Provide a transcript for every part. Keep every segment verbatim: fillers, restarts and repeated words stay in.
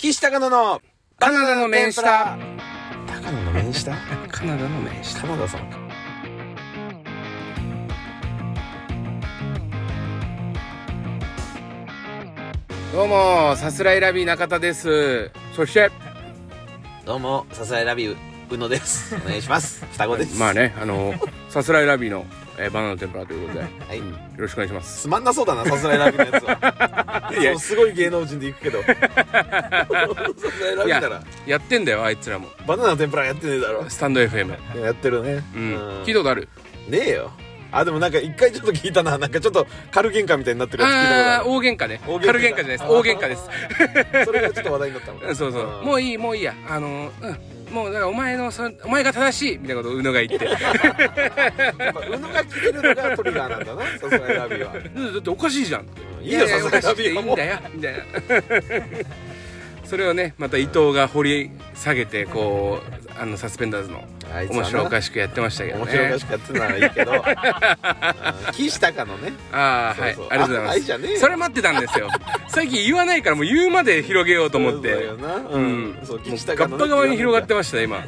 岸高野のカナダの面下。 高野の面下カナダの面下。 カナダさん。 どうもさすらいラビー中田です。そしてどうもさすらいラビー宇野です。お願いします。双子です。 まあね、あのさすらいラビーの、えー、バナナの天ぷらということで、 はい、 うん、よろしくお願いします。 つまんなそうだな、さすらいラビーのやつは。いや、すごい芸能人で行くけど。さすらいラビーならや, やってんだよ、あいつらも。 バナナの天ぷらやってねえだろ。 スタンド エフエムやってるね。 うん、うん、聞いたことある？ ねえよ。あ、でもなんか一回ちょっと聞いたな。なんかちょっと軽喧嘩みたいになってるやつ聞いたことある。 あー、大喧嘩ね。軽喧嘩じゃないです。大喧嘩です。 それがちょっと話題になったの。 そうそう。もういい、もういいや。あの、うん。もうだからお前のそのお前が正しいみたいなことを宇野が言って。 やっぱ宇野が切れるのがトリガーなんだな。さすがにラビーは。 だっておかしいじゃん。 うん、いいよ、さすがにラビーはもう。 いいんだよみたいな。それをね、また伊藤が掘り下げてこう、あのサスペンダーズの面白おかしくやってましたけどね。 面白おかしくやってたならいいけど、岸高のね。 ああ、はい、ありがとうございます。 じゃねえ、 それ待ってたんですよ。最近言わないからもう言うまで広げようと思って。 そうだよな。うん。そう、岸高のガッパ側に広がってました今。はい。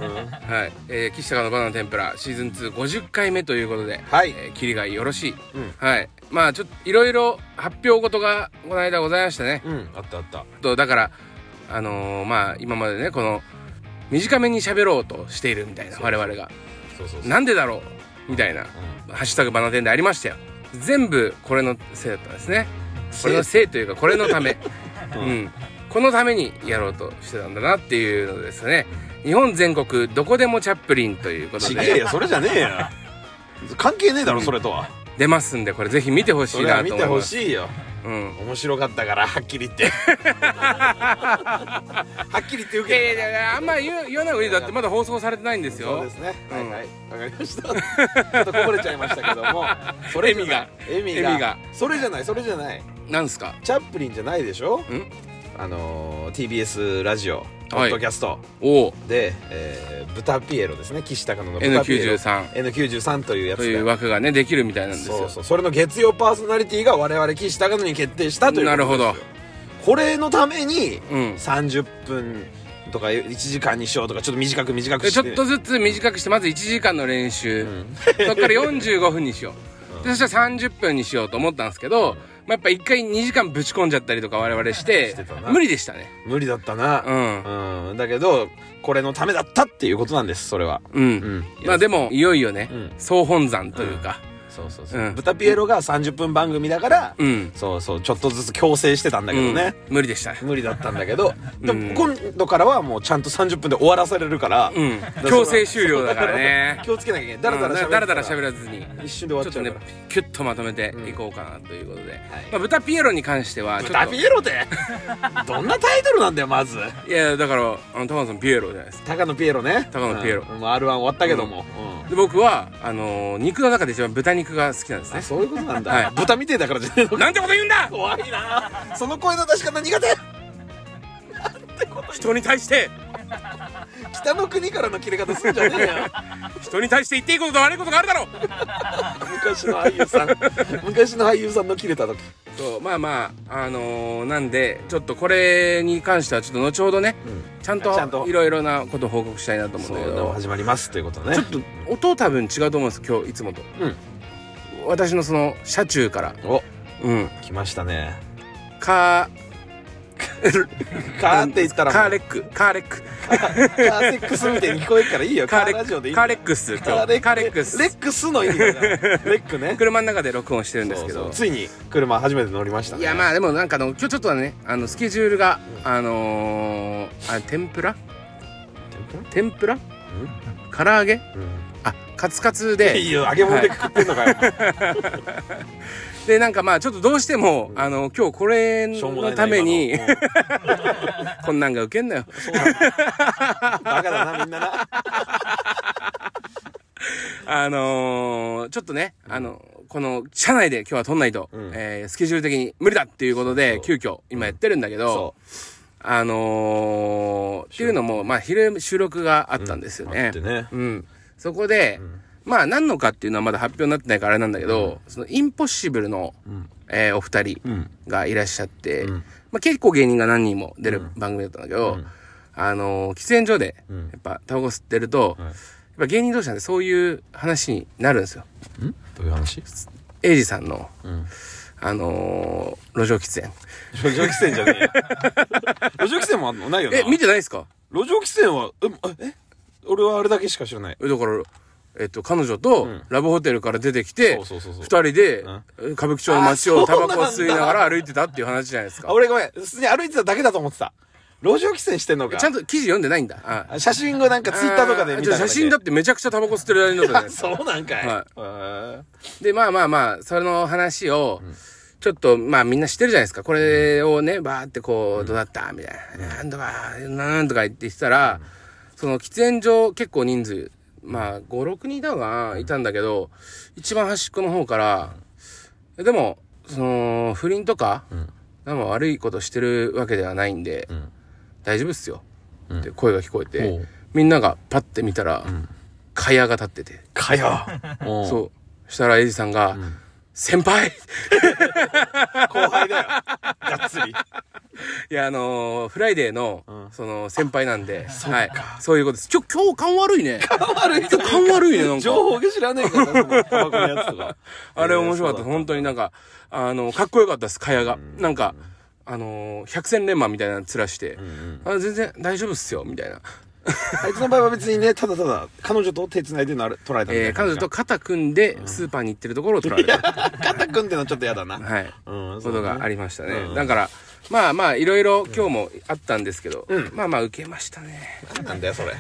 えー、岸高のバナナ天ぷらシーズンツーごじゅっかいめということで、はい。えー、キリがよろしい。はい。まあちょっといろいろ発表事がこの間ございましたね。 うん。あったあった。 とだから。あのー、まあ今までねこの短めに喋ろうとしているみたいな我々がそうそうそうなんでだろうみたいな、うん、ハッシュタグバナテンでありましたよ。全部これのせいだったんですね。これのせいというかこれのため、うんうん、このためにやろうとしてたんだなっていうのですね。日本全国どこでもチャップリンということで。 違えよ、それじゃねえよ。関係ねえだろ、うん、それとは。 出ますんでこれぜひ見てほしいなと思います。 見てほしいよ。うん、面白かったからはっきり言ってはっきり言って受けて。 いやいやあんま言言わない方がいい。だってまだ放送されてないんですよ。 そうですね、うん、はいはい、わかりました。ちょっとこぼれちゃいましたけども、それエミがエミが, がそれじゃない、それじゃない。 なんすか？ チャップリンじゃないでしょ。んあのー、ティービーエス ラジオポッドキャスト、はい、で、えー、ブタピエロですね。岸高野のブタピエロ エヌきゅうじゅうさん エヌきゅうじゅうさん というやつという枠がねできるみたいなんですよ。 そうそう、それの月曜パーソナリティが我々岸高野に決定したということですよ。 なるほど。 これのためにさんじゅっぷんとかいちじかんにしようとか、ちょっと短く短くしてちょっとずつ短くして、まずいちじかんの練習、うん、そっからよんじゅうごふんにしよう、うん、でそしたらさんじゅっぷんにしようと思ったんですけど、まあ、やっぱ一回にじかんぶち込んじゃったりとか我々して無理でしたね。 無理だったな。うん、うん、だけどこれのためだったっていうことなんです、それは。うん、うん、 まあでもいよいよね、うん、総本山というか、 うん、そうそうそう、うん、ブタピエロがさんじゅっぷん番組だから、うん、そうそうちょっとずつ強制してたんだけどね、 うん、無理でしたね。 無理だったんだけど、でも今度からはもうちゃんとさんじゅっぷんで終わらされるから、うん、 強制終了だからね。 気をつけなきゃいけない。だらだらだらだら喋らずに一瞬で終わっちゃうから、ちょっとねキュッとまとめていこうかなということで、うん、まあ、ブタピエロに関してはブタピエロってどんなタイトルなんだよまず。 いやだからあの高野さんピエロじゃないですか。 高野ピエロね。 高野ピエロ、 うん、アールワン 終わったけども、 うん、で僕はあのー、肉の中で一番豚肉が好きなんですね。 そういうことなんだ、はい、豚みてえだからじゃねえの。 なんてこと言うんだ。 怖いなその声の出し方苦手。なんてこと人に対して北の国からの切れ方するんじゃねえよ。 人に対して言っていいことと悪いことがあるだろう。 昔の俳優さん昔の俳優さんの切れた時。 そうまあまああのー、なんでちょっとこれに関してはちょっと後ほどね、うん、ちゃんといろいろなことを報告したいなと思うんだけど、 始まりますということね。 ちょっと音多分違うと思うんです今日いつもと、うん、私のその車中からお、うん、来ましたね。 カーカーって言ったらカーレックカーレックカーセックスみたいに聞こえるからいいよ。カーラジオでいい。 カーレックスカーレックスレックスの意味だからレックね。 車の中で録音してるんですけど、 そうそうついに車初めて乗りましたね。 いやまあでもなんかの今日ちょっとはねあのスケジュールが、うん、あのー、あ天ぷら天ぷら唐揚げ、うん、あカツカツでいいよ揚げ物で食ってんのかよ、はい、 でなんかまあちょっとどうしても、うん、あの今日これのために、うん、こんなんがウケんなよ。そうなんだバカだなみんなな。 あのー、ちょっとね、あのこの車内で今日は撮んないと、うんえー、スケジュール的に無理だっていうことで急遽今やってるんだけど、あのー、っていうのもまあ昼収録があったんですよね。 うん、あってね。 うん。そこで、うんまあ何のかっていうのはまだ発表になってないからあれなんだけど、うん、そのインポッシブルの、うんえー、お二人がいらっしゃって、うんまあ、結構芸人が何人も出る番組だったんだけど、うん、あのー、喫煙所でやっぱタバコ吸ってると、うん、やっぱ芸人同士なんでそういう話になるんですよ。 んどういう話？ エイジさんの、うん、あのー、路上喫煙。 路上喫煙じゃねえよ。路上喫煙もあんの？ないよな。 え、見てないですか？ 路上喫煙は、え、え俺はあれだけしか知らない。 だから、えっと、彼女とラブホテルから出てきて、二人で歌舞伎町の街をタバコを吸いながら歩いてたっていう話じゃないですか。 俺ごめん、普通に歩いてただけだと思ってた。路上喫煙してんのか。 ちゃんと記事読んでないんだ。 あ写真をなんかツイッターとかで見ただけ。 写真だってめちゃくちゃタバコ吸ってる間に載ったね。そうなんかい。 はい。で、まあまあまあ、その話を、ちょっと、まあみんな知ってるじゃないですか。これをね、バーってこう、どうだったみたいな。なんとか、なんとか言って言ってたら、その喫煙所結構人数、まあ、ご、ろくにんいたのかな、いたんだけど、一番端っこの方から、でも、その、不倫とか、うん、なんか悪いことしてるわけではないんで、うん、大丈夫っすよ、うん、って声が聞こえて、みんながパッて見たら、うん、蚊帳が立ってて。 蚊帳そう。したらエイジさんが、うん、先輩後輩だよ。がっつり。 いや、あのー、フライデーの、うん、その、先輩なんで、はい。そういうことです。ちょ、今日勘悪いね。 勘悪い今日勘悪いね、なんか。 情報知らねえから、その、タバコのやつとか。 あれ面白かった。本当になんか、あの、かっこよかったです、蚊帳が。なんか、あのー、百戦錬磨みたいな面して、うんうん、あ、全然大丈夫っすよ、みたいな。 あいつの場合は別にね、ただただ、彼女と手繋いでの捉えたんえー、彼女と肩組んで、スーパーに行ってるところを捉えた。 肩組んでのちょっと嫌だな。 はい。うん、ことがありましたね。うん、だから、まあまあ、いろいろ今日もあったんですけど、うん、まあまあ、受けましたね。 なんだよ、それ。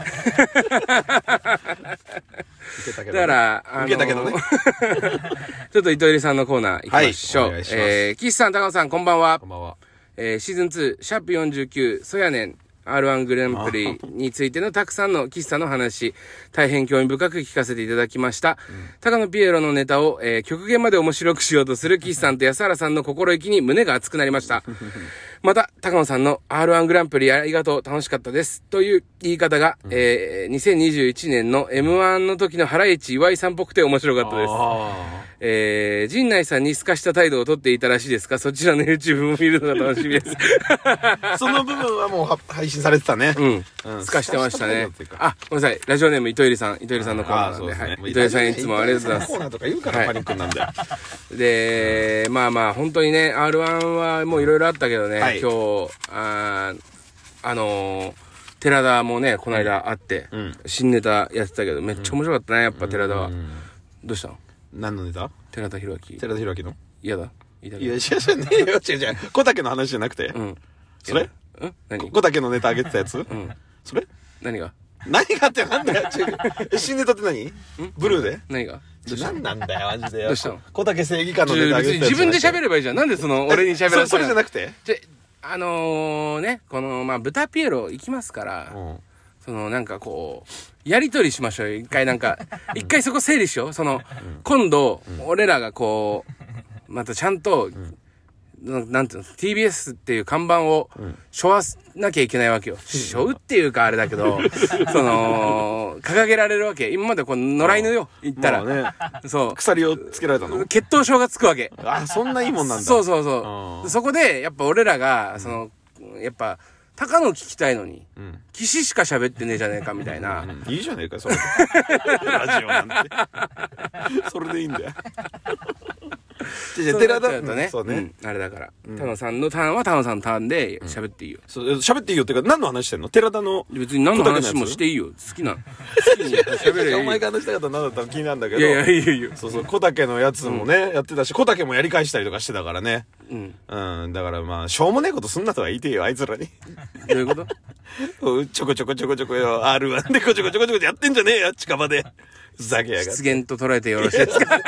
だから、あのー、受けたけどね。ちょっと糸入さんのコーナー行きましょう。はい、えー、岸さん、高野さん、こんばんは。 こんばんは。 えー、シーズンツー、シャープよんじゅうきゅう、そやねん。アールワン グランプリについてのたくさんの岸さんの話、大変興味深く聞かせていただきました。うん、高野ピエロのネタを、えー、極限まで面白くしようとする岸さんと安原さんの心意気に胸が熱くなりました。また、高野さんの アールワン グランプリありがとう、楽しかったです。という言い方が、うん、えー、にせんにじゅういちねんの エムワン の時のハライチ岩井さんっぽくて面白かったです。えー、陣内さんに透かした態度をとっていたらしいですが、そちらの YouTube も見るのが楽しみです。 その部分はもう配信されてたね。 うん。透かしてましたね。あ、ごめんなさい。ラジオネーム糸入さん、糸入さんのコーナーなんで、はい。糸入さんいつもありがとうございます。 コーナーとか言うからパニックなんだよ。 で、まあまあ、本当にね、アールワン はもういろいろあったけどね、今日、ああの寺田もね、この間会って、新ネタやってたけど、めっちゃ面白かったね、やっぱ寺田は。どうしたの？ 何のネタ？ 寺田博明。 寺田博明の？ 嫌だ？ いや、違うじゃねえよ。違う違う。小竹の話じゃなくて。うん。それ？ うん？何？ 小竹のネタあげてたやつ？うん。それ？ 何が？ 何がってなんだよ。新ネタって何？ブルーで？ 何が？ 何なんだよ、マジでよ。 どうしたの？ 小竹正義感のネタあげてたやつ。 自分で喋ればいいじゃん。なんでその、俺に喋らせたそれじゃなくて？ あのー、ね、この、まあ、豚ピエロ行きますから、うん、その、なんかこう、やりとりしましょうよ。一回なんか、一回そこ整理しよう。その、うん、今度、うん、俺らがこう、またちゃんと、うん、なんていうの、ティービーエス っていう看板を、背負わなきゃいけないわけよ。背負うっていうかあれだけど、その、掲げられるわけ。今までこう、野良犬よ、言ったら。 ね、 そう。 鎖をつけられたの？ 血統症がつくわけ。 あ、そんないいもんなんだ。 そうそうそう。そこで、やっぱ俺らが、その、やっぱ、高野聞きたいのに、うん、岸しか喋ってねえじゃねえかみたいな。 うん、いいじゃねえか、それ。ラジオなんて。それでいいんだよ。じゃあ、寺田とね、そうね、うん、あれだから。田野さんのターンは田野さんのターンで喋っていいよ。 そう、喋っていいよっていうか、何の話してんの？寺田の。 別に何の話もしていいよ。好きな。好きに喋れよ。 お前が話したかったら何だったの気になるんだけど。 いやいやいやいや。 そうそう、小竹のやつもね、やってたし、小竹もやり返したりとかしてたからね。うん。うん。だからまあ、しょうもねえことすんなとは言いてよ、あいつらに。 どういうこと？ ちょこちょこちょこちょこよ、アールワン でこちょこちょこちょこやってんじゃねえよ、近場で。ふざけやがって。 失言と捉えてよろしいですか？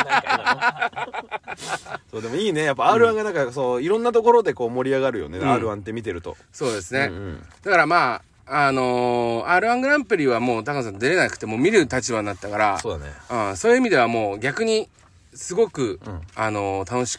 そう、でもいいね。やっぱ アールワン がなんかそう、いろんなところでこう盛り上がるよね、うん、アールワン って見てると。 そうですね。うんうん、だからまあ、あのー、アールワン グランプリはもう高野さん出れなくても見る立場になったから、 そうだね。 うん、そういう意味ではもう逆に、すごく、うん、あのー、楽しく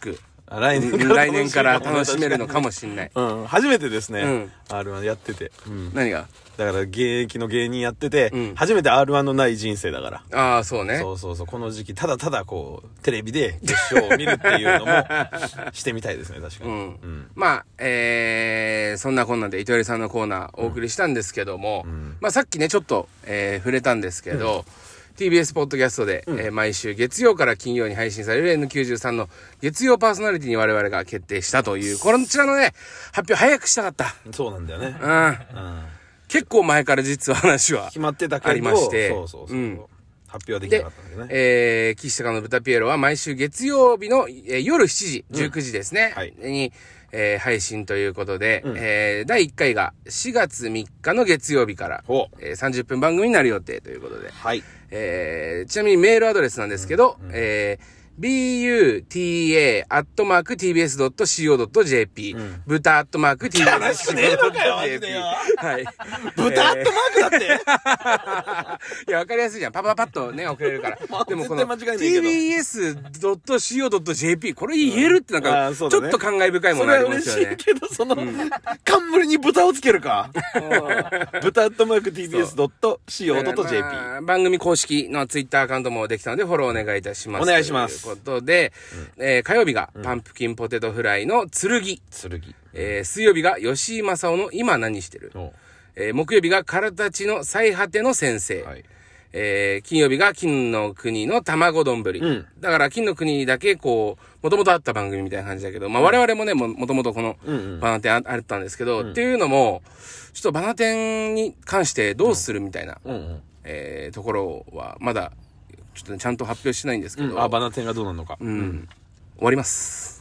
来年から来年から楽しめるのかもしれない、 うん、初めてですね、うん、アールワン やってて、 うん、何がだから現役の芸人やってて、うん、初めて アールワン のない人生だから。 ああ、そうね。 そうそうそう。この時期、ただただこう、テレビで決勝を見るっていうのも、してみたいですね、確かに。うんうん、 まあ、えー、そんなこんなんで、糸よりさんのコーナーお送りしたんですけども、うん、まあさっきね、ちょっと、えー、触れたんですけど、うん、ティービーエス ポッドキャストで、うんえー、毎週月曜から金曜に配信される エヌきゅうじゅうさん の月曜パーソナリティに我々が決定したという、こちらのね、発表早くしたかった。 そうなんだよね。 うん。うん結構前から実は話は決まってたけどありまして、 そうそうそう、うん、発表はできなかったんでね。 で、えー、岸高の豚ピエロは毎週月曜日の、えー、夜しちじ、じゅうくじですね、うんはい、に、えー、配信ということで、うんえー、だいいっかいがしがつみっかの月曜日から、えー、さんじゅっぷん番組になる予定ということで、 はいえー、ちなみにメールアドレスなんですけど、うんうんえービーユーティーエー アットマーク ティービーエス ドット シーオー ドット ジェーピー、うん、豚アットマーク ティービーエス ドット ジェーピー はい。 豚アットマークだって、えー、いや、わかりやすいじゃん。パパパッとね、送れるから。でもこの ティービーエス ドット シーオー ドット ジェーピー これ言えるってなんか、ちょっと感慨深いものありますよね。 それは嬉しいけど、その、うん、冠に豚をつけるか。豚アットマーク ティービーエス ドット シーオー ドット ジェーピー。 番組公式のツイッターアカウントもできたので、フォローお願いいたします。 お願いします。 ということで、うんえー、火曜日がパンプキンポテトフライの剣、剣えー、水曜日が吉井正夫の今何してる、えー、木曜日がからたちの最果ての先生、はいえー、金曜日が金の国の卵丼、うん、だから金の国だけこうもともとあった番組みたいな感じだけど、まあ、我々もねもともとこのバナテン あ,、うんうん、あったんですけど、うん、っていうのもちょっとバナテンに関してどうするみたいな、うんうんうんえー、ところはまだちょっと、ね、ちゃんと発表してないんですけど、 うん、あバナテンがどうなるのか、 うんうん、終わります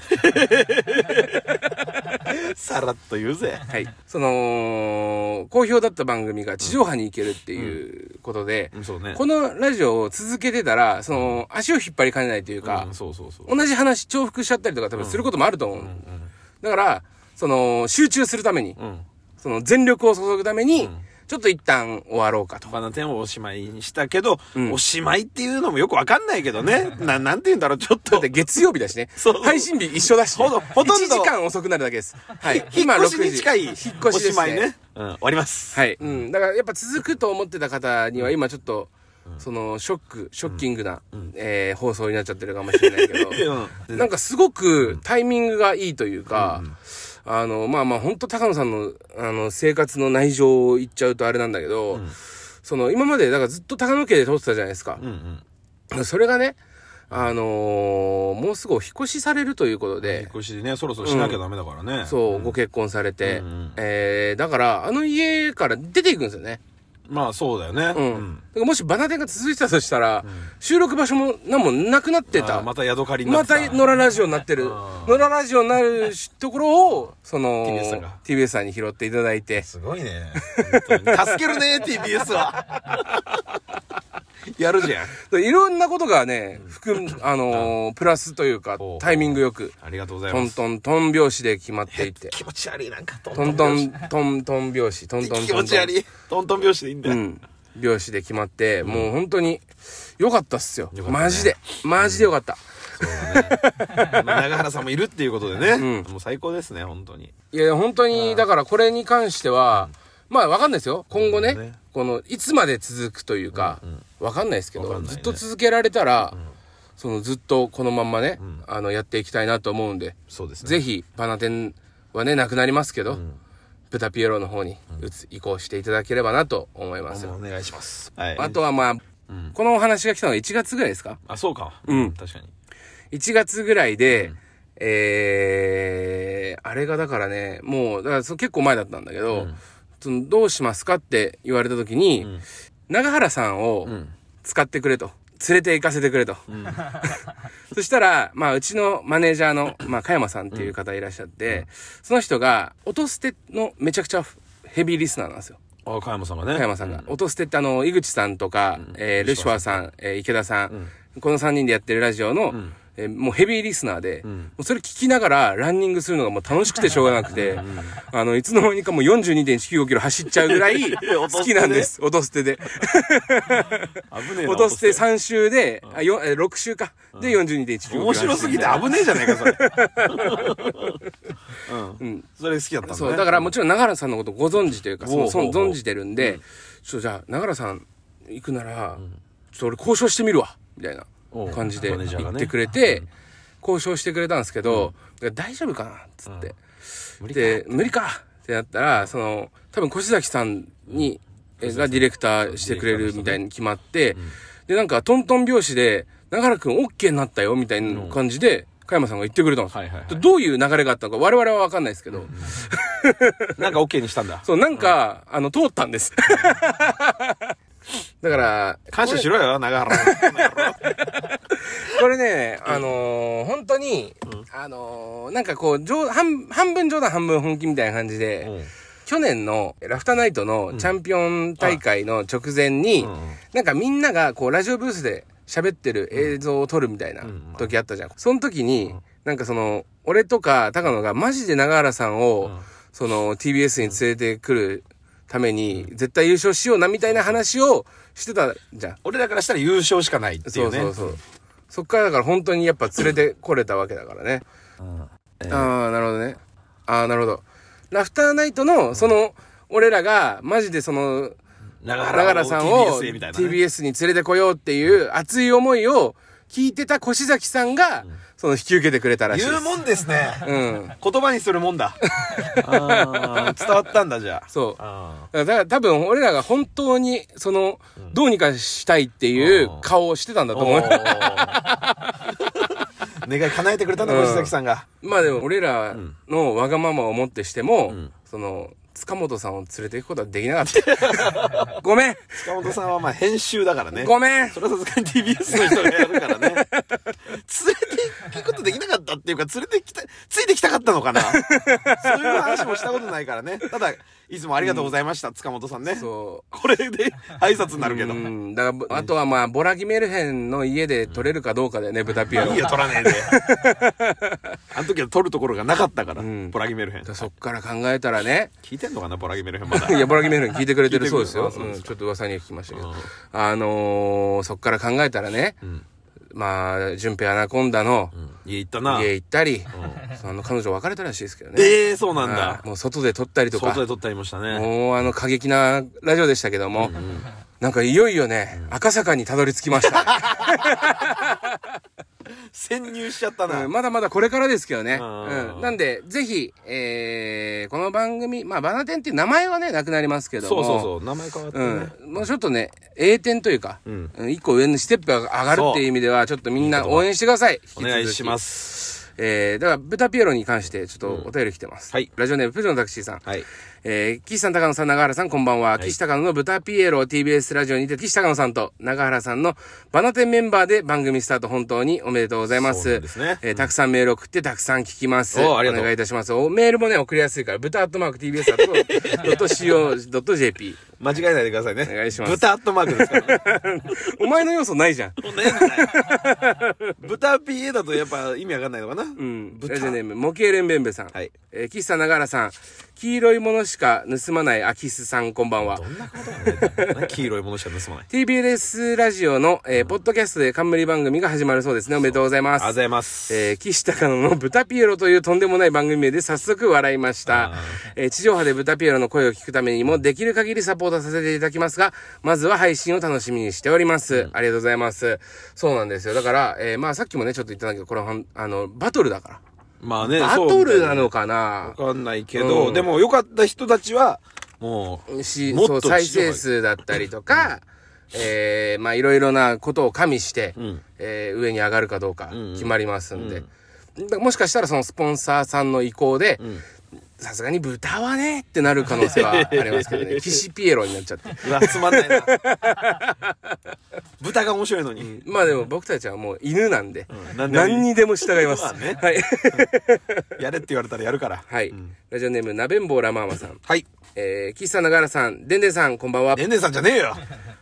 さらっと言うぜ。 はいその好評だった番組が地上波に行けるっていうことで、 うんうんそうね、 このラジオを続けてたらその足を引っ張りかねないというか、 うん、そうそうそう同じ話重複しちゃったりとか多分することもあると思う、うんうんうん、だからその集中するために、うん、その全力を注ぐために、うんちょっと一旦終わろうかと。 バナテンをおしまいにしたけど、うん、おしまいっていうのもよくわかんないけどね。な、なんて言うんだろう、ちょっと。 だって月曜日だしね。そう。配信日一緒だし、ね。ほ, ほとんど。いちじかん遅くなるだけです。はい。 今ろくじ。引っ越しに近い。 引っ越しですね。おしまいね。 うん、終わります。 はい。うん。だからやっぱ続くと思ってた方には今ちょっと、うん、その、ショック、ショッキングな、うん、えー、放送になっちゃってるかもしれないけど、うん、なんかすごくタイミングがいいというか、うんうんあの、まあまあ、ほんと高野さんの、あの、生活の内情を言っちゃうとあれなんだけど、うん、その、今まで、だからずっと高野家で撮ってたじゃないですか。うんうん、それがね、あのー、もうすぐお引越しされるということで。 引っ越しね、そろそろしなきゃダメだからね。 うん、そう、うん、ご結婚されて、うんうん、えー、だから、あの家から出ていくんですよね。 まあそうだよね。 うん。うん、だからもしバナテンが続いてたとしたら、うん、収録場所も何もなくなってた。 また宿借りになってた。また野良ラジオになってる。野良ラジオになるところを、その、ティービーエス さんが。ティービーエス さんに拾っていただいて。 すごいね。助けるね、ティービーエス は。やるじゃん。いろんなことがね、含む、あのー、プラスというか、タイミングよく。 ありがとうございます。 トントン、トン拍子で決まっていて。 気持ち悪い、なんかトントン、トントン拍子、トントントン。 気持ち悪い。トントン拍子でいいんだよ。うん。 拍子で決まって、うん、もう本当に、良かったっすよ。よかったね、マジで。マジで良かった。 うん、そうだね。長原さんもいるっていうことでね。うん、もう最高ですね、本当に。 いや、本当に、だからこれに関しては、まあわかんないですよ。今後ね、ねこの、いつまで続くというか、うんうん、わかんないですけど、ね、ずっと続けられたら、うん、そのずっとこのまんまね、うん、あの、やっていきたいなと思うんで、 そうですね。 ぜひ、バナテンはね、なくなりますけど、うん、豚ピエロの方に移行していただければなと思います。 お願いします。 はい、あとはまあ、うん、このお話が来たのがいちがつぐらいですか？ あ、そうか。 うん。 確かに。 いちがつぐらいで、うん、えー、あれがだからね、もう、だから結構前だったんだけど、うんそのどうしますかって言われた時に、うん、永原さんを使ってくれと。連れて行かせてくれと。うん、そしたら、まあ、うちのマネージャーの、まあ、加山さんっていう方いらっしゃって、うん、その人が、音捨てのめちゃくちゃヘビーリスナーなんですよ。 あ、加山さんがね。 加山さんが。うん、音捨てってあの、井口さんとか、うん、えー、ルシファーさん、えー、池田さん、うん、このさんにんでやってるラジオの、うん、 えー、もうヘビーリスナーで、うん、もうそれ聞きながらランニングするのがもう楽しくてしょうがなくて、うん、あのいつの間にかもう よんじゅうにてんいちきゅうご キロ走っちゃうぐらい好きなんです。音捨てで危ねえな。音捨てさん周で、あよろく周かで よんじゅうにてんいちきゅうご キロ面白すぎて危ねえじゃねえかそれうん、うん、それ好きだったんだね。 そうだからもちろん永原さんのことご存知というかそのその存じてるんで、うん、ちょっとじゃあ永原さん行くなら、うん、ちょっと俺交渉してみるわみたいな感じで言ってくれて、ね、交渉してくれたんですけど、うん、大丈夫かなっつって、うん、で無理かってなったらその多分越崎さんに、うん、がディレクターしてくれるみたいに決まって、うん、でなんかトントン拍子で永原くん OK になったよみたいな感じで、うん、加山さんが言ってくれたんですよ、はいはいはい、どういう流れがあったのか我々は分かんないですけど、うん、 なんか OK にしたんだ。 そうなんか、うん、あの通ったんですだから感謝しろよ永原これねあのー、本当に、うん、あのー、なんかこう半半分冗談半分本気みたいな感じで、うん、去年のラフターナイトのチャンピオン大会の直前に、うん、なんかみんながこうラジオブースで喋ってる映像を撮るみたいな時あったじゃん。その時になんかその俺とか高野がマジで永原さんをその ティービーエス に連れてくるために絶対優勝しようなみたいな話をしてたじゃん。 俺らからしたら優勝しかないっていうね。 そうそうそう。そっからだから本当にやっぱ連れてこれたわけだからね。あ、えー、あーなるほどね。ああなるほど。ラフターナイトのその俺らがマジでその永原さんを ティービーエス に連れてこようっていう熱い思いを聞いてた越崎さんがその引き受けてくれたらしいです。 言うもんですね。うん。言葉にするもんだ。あ伝わったんだじゃあ。 そう。あだから多分俺らが本当にそのどうにかしたいっていう顔をしてたんだと思う。 願い叶えてくれたんだ、越崎さんが。 まあでも俺らのわがままをもってしても、うん、その塚本さんを連れていくことはできなかったごめん塚本さんはまあ編集だからね。 ごめんそれはさすがに ティービーエス の人がやるからね連れて行くことできなかったっていうか連れてきたついてきたかったのかなそういう話もしたことないからね。ただいつもありがとうございました、うん、塚本さんね。そうこれで挨拶になるけど、うん、 だからあとはまあボラギメルヘンの家で撮れるかどうかだよね、うん、豚ピエロ。 いいよ撮らねえであの時は撮るところがなかったから、うん、ボラギメルヘン。 そっから考えたらね。 聞いてんのかなボラギメルヘンまだ。 いやボラギメルヘン聞いてくれてるそうですよ。うん、ちょっと噂には聞きましたけど、うん、あのー、そっから考えたらね、うん、まあ純平アナコンダの、うん、 家行ったな。 家行ったり、うん、その彼女別れたらしいですけどね。 ええー、そうなんだ。 もう外で撮ったりとか。 外で撮ったりもしたね。 もうあの過激なラジオでしたけども、うんうん、なんかいよいよね、うん、赤坂にたどり着きました。 潜入しちゃったな、 うん、まだまだこれからですけどね、うん、なんでぜひ、えー、この番組まあバナテンっていう名前はねなくなりますけども、 そうそうそう名前変わってね、 うん、もうちょっとね A 点というか、うん、一個上のステップが上がるっていう意味ではちょっとみんな応援してください。 お願いします。 えー、だから豚ピエロに関してちょっとお便り来てます、うん、はい。ラジオネームプジョのタクシーさん、はい。えー、岸さん、高野さん、永原さん、こんばんは。はい、岸高野の豚ピエロ ティービーエス ラジオにて、岸高野さんと永原さんのバナテンメンバーで番組スタート本当におめでとうございます。そうですね。えー、たくさんメール送ってたくさん聞きます。お, ありがとうお願いいたします。おメールもね、送りやすいから、豚アットマーク ティービーエス ドットシーオー ドットジェーピー。 間違えないでくださいね。 お願いします。 豚アットマークですからね。 お前の要素ないじゃん。 豚ピエだとやっぱ意味わかんないのかな。うん。ラジオネーム、モケーレンベンベさん。はい。えー、岸さん、永原さん。黄色いものしか盗まないアキスさん、こんばんは。 どんなことなんだよ。黄色いものしか盗まない。 ティービーエス ラジオの、えーうん、ポッドキャストで冠番組が始まるそうですね。おめでとうございます。 ありがとうございます。 えー、岸高野の豚ピエロというとんでもない番組名で早速笑いました。えー、地上波で豚ピエロの声を聞くためにもできる限りサポートさせていただきますが、まずは配信を楽しみにしております。うん、ありがとうございます。そうなんですよ。だから、えー、まあさっきもね、ちょっと言ったんだけど、これは、あの、バトルだから。 まあね、 バトルなのかなわかんないけど、うん、でも良かった人たちは、もう、 しそう再生数だったりとか、うん、えー、まあいろいろなことを加味して、うん、えー、上に上がるかどうか決まりますんで、うんうん、もしかしたらそのスポンサーさんの意向で、さすがに豚はねってなる可能性はありますけどね。岸ピエロになっちゃって。 うわ、つまんないな。豚が面白いのに、 うん。まあでも僕たちはもう犬なんで、うん、何, で何にでも従います。まあね、はい。 やれって言われたらやるから。 はい。うん、ラジオネーム、なべんぼうラマーマさん。 はい。 えー、岸さん、永原さん、でんでんさん、こんばんは。 でんでんさんじゃねえよ。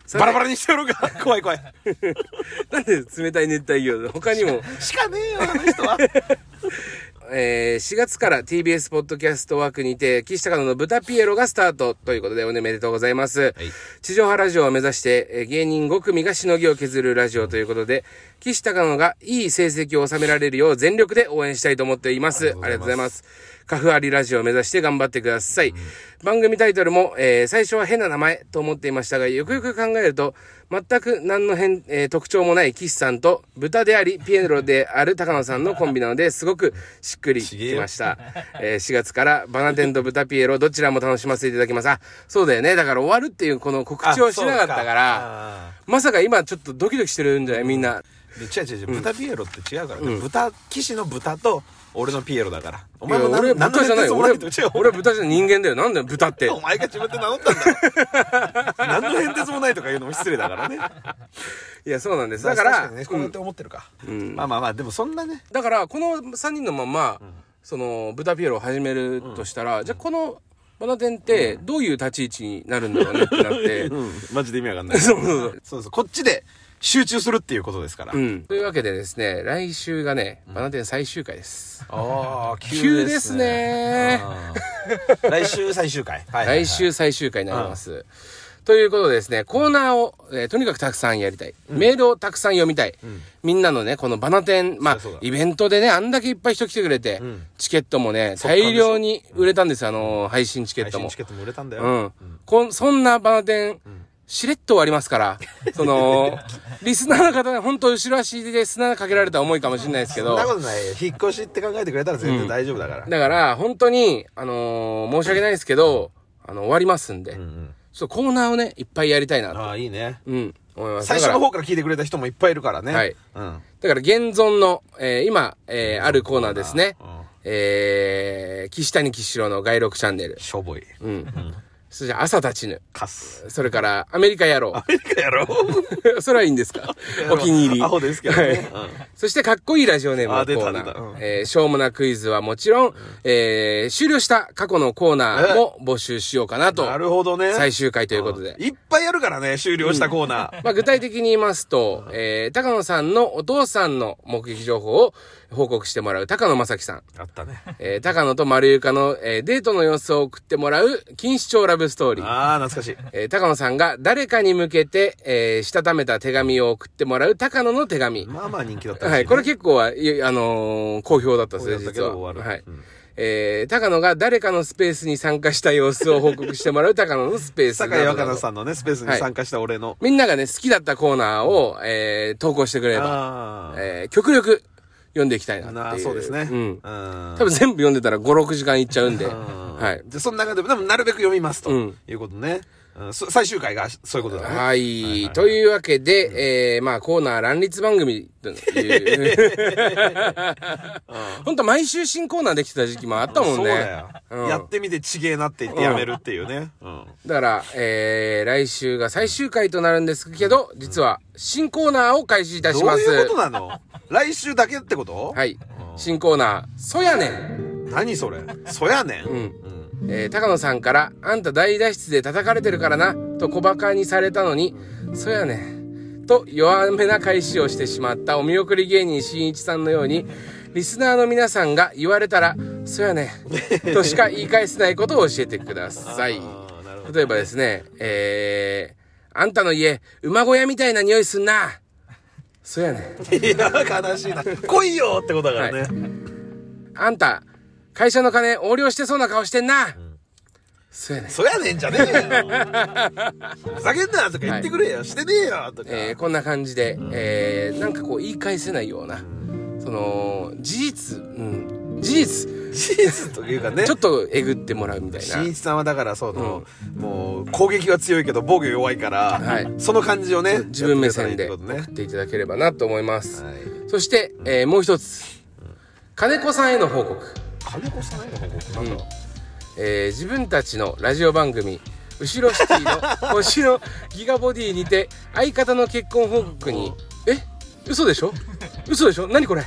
バラバラにしてやろうか。怖い怖い。 なんで冷たい熱帯魚他にもしかねえよあの人は。 えー、しがつから ティービーエス ポッドキャスト枠にて岸高野の豚ピエロがスタートということでおめでとうございます、はい、地上波ラジオを目指して、えー、芸人ご組がしのぎを削るラジオということで岸高野がいい成績を収められるよう全力で応援したいと思っています。ありがとうございます。カフアリラジオを目指して頑張ってください、うん、番組タイトルも、えー、最初は変な名前と思っていましたがよくよく考えると全く何の変、えー、特徴もない岸さんと豚でありピエロである高野さんのコンビなのですごくしっくりきました、えー、しがつからバナテンと豚ピエロどちらも楽しませていただきます。あ、そうだよね。だから終わるっていうこの告知をしなかったからまさか今ちょっとドキドキしてるんじゃないみんな。 で違う違う違う、うん、豚ピエロって違うからね、うん、豚岸の豚と俺のピエロだから。お前も何俺豚じゃないよ。俺俺豚じゃ人間だよ。なんだよ豚って。 お前が自分で名乗ったんだ。何の変哲もないとか言うのも失礼だからね。 いやそうなんです。だから、 ね、こうやって思ってるか、うん。まあまあまあでもそんなね。 だからこのさんにんのまま、うん、その豚ピエロを始めるとしたら、うん、じゃあこのバナテンってどういう立ち位置になるんだろうねってなって、うん、 マジで意味わかんない。そうそうそうそうそうこっちで。集中するっていうことですから。 うん。というわけでですね、来週がね、バナテン最終回です。 ああ、 急ですね。 来週最終回。 はいはいはい、来週最終回になります。ということでですね、コーナーを、えー、とにかくたくさんやりたい、うん。メールをたくさん読みたい。うん、みんなのね、このバナテン、まあ、イベントでね、あんだけいっぱい人来てくれて、うん、チケットもね、大量に売れたんですよ、あのー、配信チケットも。 配信チケットも売れたんだよ。 うん。うん、こんそんなバナテン、うんしれっと終わりますから、その、リスナーの方ね、本当後ろ足で砂かけられた思いかもしれないですけど。 そんなことないよ。引っ越しって考えてくれたら全然大丈夫だから。 うん、だから、本当に、あのー、申し訳ないですけど、あの、終わりますんで、うんうん、そうコーナーをね、いっぱいやりたいなと。 ああ、いいね。 うん。思います。 最初の方から聞いてくれた人もいっぱいいるからね。 はい。うん。だから、現存の、えー、今、えー、あるコーナーですね。うん、えー、岸谷岸城の外録チャンネル。 しょぼい。 うん。うんそれじゃ朝立ちぬ。 カス。 それから、アメリカ野郎。 アメリカ野郎それはいいんですかお気に入り。 アホですけどね。はいうん、 そして、かっこいいラジオネームのコーナー。うん、えー、しょうもなクイズはもちろん、うん、えー、終了した過去のコーナーも募集しようかなと。 なるほどね。 最終回ということで。 いっぱいあるからね、終了したコーナー。 うん、まあ、具体的に言いますと、えー、高野さんのお父さんの目撃情報を報告してもらう高野正樹さん。 あったね。 えー、高野と丸ゆかの、えー、デートの様子を送ってもらう錦糸町ラブストーリー。 ああ、懐かしい。 えー、高野さんが誰かに向けて、えー、したためた手紙を送ってもらう高野の手紙。 まあまあ人気だった、ね。 はい。これ結構は、あのー、好評だったですね、実は。はい。うん、えー、高野が誰かのスペースに参加した様子を報告してもらう高野のスペース。 坂井若菜さんのね、スペースに参加した俺の。はい、 みんながね、好きだったコーナーを、えー、投稿してくれれば、えー、極力、読んでいきたいなっていう。 そうですね。 うん。多分全部読んでたらご、ろくじかんいっちゃうんで。はい。 で、その中でも、でもなるべく読みますと。いうことね。うん、最終回がそういうことだね。 はい。はいはい、というわけで、うん、えー、まあコーナー乱立番組という。ほんと毎週新コーナーできてた時期もあったもんね。そうだよ。うん、やってみてちげえなって言ってやめるっていうね。うん、 だから、えー、来週が最終回となるんですけど、実は新コーナーを開始いたします。 どういうことなの？来週だけってこと？ はい。新コーナー、そやねん。 何それ？そやねん。うん。 えー、高野さんから、あんた大脱出で叩かれてるからな、と小馬鹿にされたのに、そやねん。と弱めな返しをしてしまったお見送り芸人しんいちさんのように、リスナーの皆さんが言われたら、そやねん。としか言い返せないことを教えてください。例えばですね、えー、あんたの家、馬小屋みたいな匂いすんな。そやねん。いや、悲しいな。来いよってことだからね。はい、 あんた、会社の金横領してそうな顔してんな。うん、そやねん。 そやねんじゃねえよ。ふざけんなとか言ってくれよ。はい、してねえよとか。 えー、こんな感じで、うん、えー、なんかこう言い返せないような、うん、その、事実、うん、事実。 事実というかね。 ちょっとえぐってもらうみたいな。 しんいちさんはだからその、うん、もう攻撃は強いけど防御弱いから、はい、その感じをね、 自分目線で送っていただければなと思います。はい、そして、えー、もう一つ、うん、金子さんへの報告。 金子さんへの報告なんだろう、うんえー、自分たちのラジオ番組後ろシティの星のギガボディにて相方の結婚報告にえ嘘でしょ嘘でしょ何これ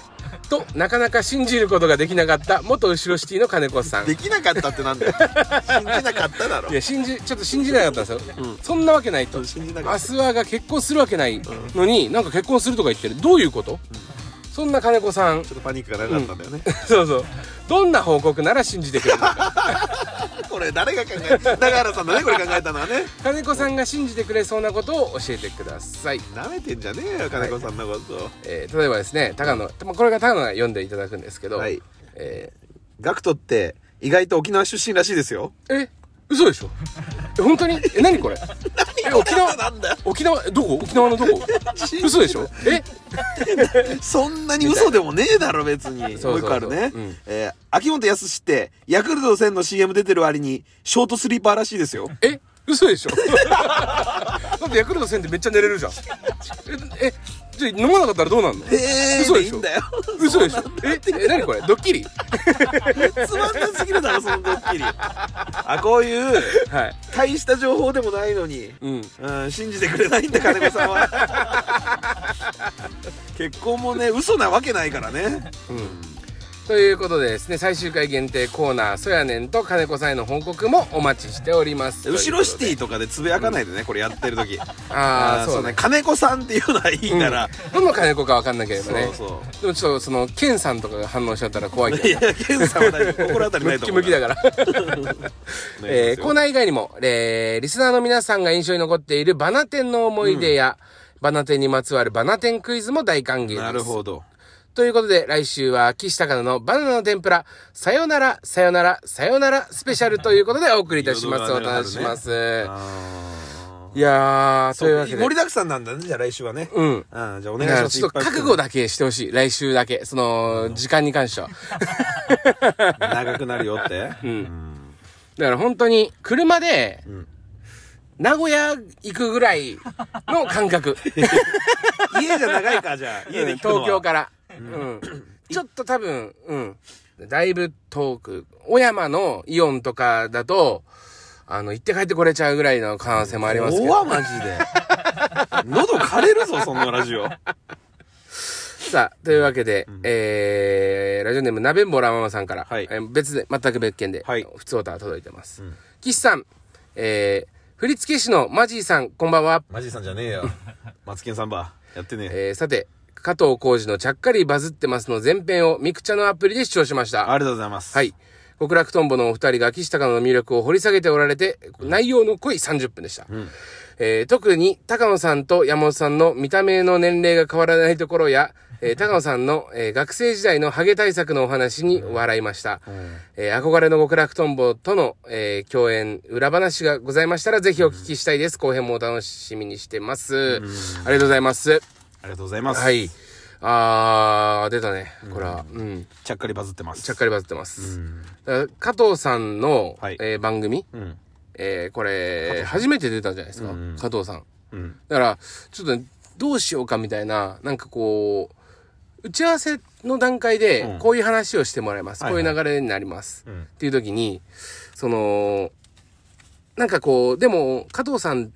となかなか信じることができなかった元後ろシティの金子さん。 できなかったってなんだよ信じなかっただろ。 いや信じちょっと信じなかったんですよ、うん、そんなわけないと。 信じなかった。 アスワが結婚するわけないのに、うん、なんか結婚するとか言ってる。どういうこと、うん、そんな金子さんちょっとパニックがなかったんだよね、 うん、そうそう。どんな報告なら信じてくれるのかこれ誰が考えた永原さんだねこれ考えたのはね。 金子さんが信じてくれそうなことを教えてください。 なめてんじゃねえよ金子さんのこと、はい。 えー、例えばですね高野、これが高野が読んでいただくんですけど、はい、 えー、ガクトって意外と沖縄出身らしいですよ。 え嘘でしょ。え本当に。え何これえ沖縄なんだよ。 沖縄どこ沖縄のどこ嘘でしょ。えそんなに嘘でもねえだろ別に。もう一個あるね、うん、えー、秋元康ってヤクルトせんの シーエム 出てる割にショートスリーパーらしいですよ。 え嘘でしょだってヤクルトせんってめっちゃ寝れるじゃん。ええじゃあ飲まなかったらどうなんの。 えー、嘘でしょ。いいんだよ。 嘘でしょ。ええ何これドッキリつまんなすぎるだろそのドッキリ。あこういう、はい、大した情報でもないのに、うんうん、信じてくれないんだ金子さんは結婚もね嘘なわけないからね、うん、 ということでですね最終回限定コーナーそやねんと金子さんへの報告もお待ちしております。 後ろシティとかでつぶやかないでね、うん、これやってる時ああそうね金子さんっていうのはいいから、 うん、どの金子か分かんなければね。 そうそうでもちょっとそのケンさんとかが反応しちゃったら怖いけど。 いやケンさんは大丈夫心当たりないと思うムッキムキだからえー、コーナー以外にも、えー、リスナーの皆さんが印象に残っているバナテンの思い出や、うん、バナテンにまつわるバナテンクイズも大歓迎です。 なるほど。 ということで、来週は岸高野のバナナの天ぷら、さよなら、さよなら、さよならスペシャルということでお送りいたします。お楽しみます。いやー、というわけで。 盛りだくさんなんだね、じゃあ来週はね。 うん。 あじゃあお願いします。 ちょっと覚悟だけしてほしい。来週だけ。その、時間に関しては。 長くなるよって。 うん。うん、だから本当に、車で、うん、名古屋行くぐらいの感覚。 家じゃ長いか、じゃあ。家で行くのは、うん、 東京から。うん。ちょっと多分、うん。だいぶ遠く。小山のイオンとかだと、あの、行って帰ってこれちゃうぐらいの可能性もありますけど。 おわ、マジで。喉枯れるぞ、そんなラジオ。 さあ、というわけで、うん、えー、ラジオネーム、なべんぼらママさんから、はい、えー、別で、全く別件で、はい、普通歌届いてます。うん、岸さん、えー、振付師のマジーさん、こんばんは。 マジーさんじゃねえよ。マツケンサンバ、やってねえ。えー、さて、加藤浩次のちゃっかりバズってますの前編をミクチャのアプリで視聴しました。 ありがとうございます。 はい。極楽とんぼのお二人が岸高野の魅力を掘り下げておられて、うん、内容の濃いさんじゅっぷんでした。うんえー、特に高野さんと山本さんの見た目の年齢が変わらないところや、えー、高野さんの、えー、学生時代のハゲ対策のお話に笑いました。うんえー、憧れの極楽とんぼとの、えー、共演裏話がございましたらぜひお聞きしたいです。後編もお楽しみにしてます。うん、ありがとうございます。 ありがとうございます。 はい。あー、出たね。これは。うん。 ちゃっかりバズってます。 ちゃっかりバズってます。うん、だから加藤さんの、はいえー、番組、うんえー、これ、初めて出たじゃないですか。うんうん、加藤さん。うん、だから、ちょっと、どうしようかみたいな、なんかこう、打ち合わせの段階で、こういう話をしてもらいます。うん、こういう流れになります。はいはい、っていう時に、その、なんかこう、でも、加藤さんって、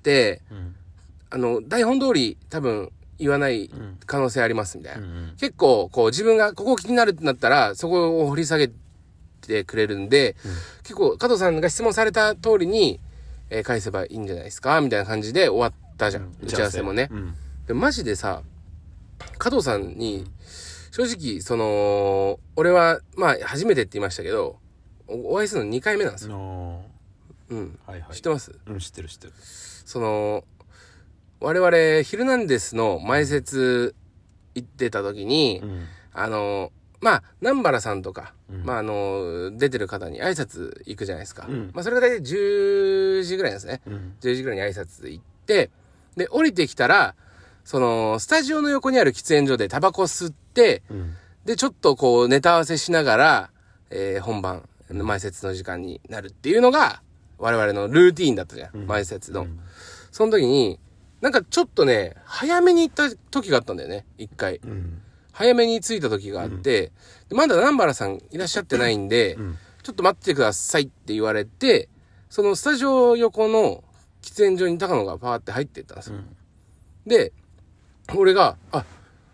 うん、あの、台本通り多分言わない可能性ありますみたいな。うんうん、結構、こう、自分がここ気になるってなったら、そこを掘り下げて、てくれるんで、うん、結構加藤さんが質問された通りに、えー、返せばいいんじゃないですかみたいな感じで終わったじゃん、うん、打ち合わせもね、うん、でマジでさ加藤さんに正直その俺はまあ初めてって言いましたけど お, お会いするのにかいめなんですよ。うん、はいはい、知ってます？ うん、知ってる知ってる。 その我々ヒルナンデスの前説行ってた時に、うん、あのまあ、南原さんとか、うん、まあ、あの、出てる方に挨拶行くじゃないですか。うん、まあ、それが大体じゅうじぐらいなんですね。うん、じゅうじぐらいに挨拶行って、で、降りてきたら、その、スタジオの横にある喫煙所でタバコ吸って、うん、で、ちょっとこう、ネタ合わせしながら、えー、本番、前説の時間になるっていうのが、我々のルーティーンだったじゃん。うん、前説の、うん。その時に、なんかちょっとね、早めに行った時があったんだよね、一回。うん早めに着いた時があって、うん、まだ南原さんいらっしゃってないんで、うん、ちょっと待ってくださいって言われて、そのスタジオ横の喫煙所に高野がパーって入っていったんですよ。うん、で、俺が、あ、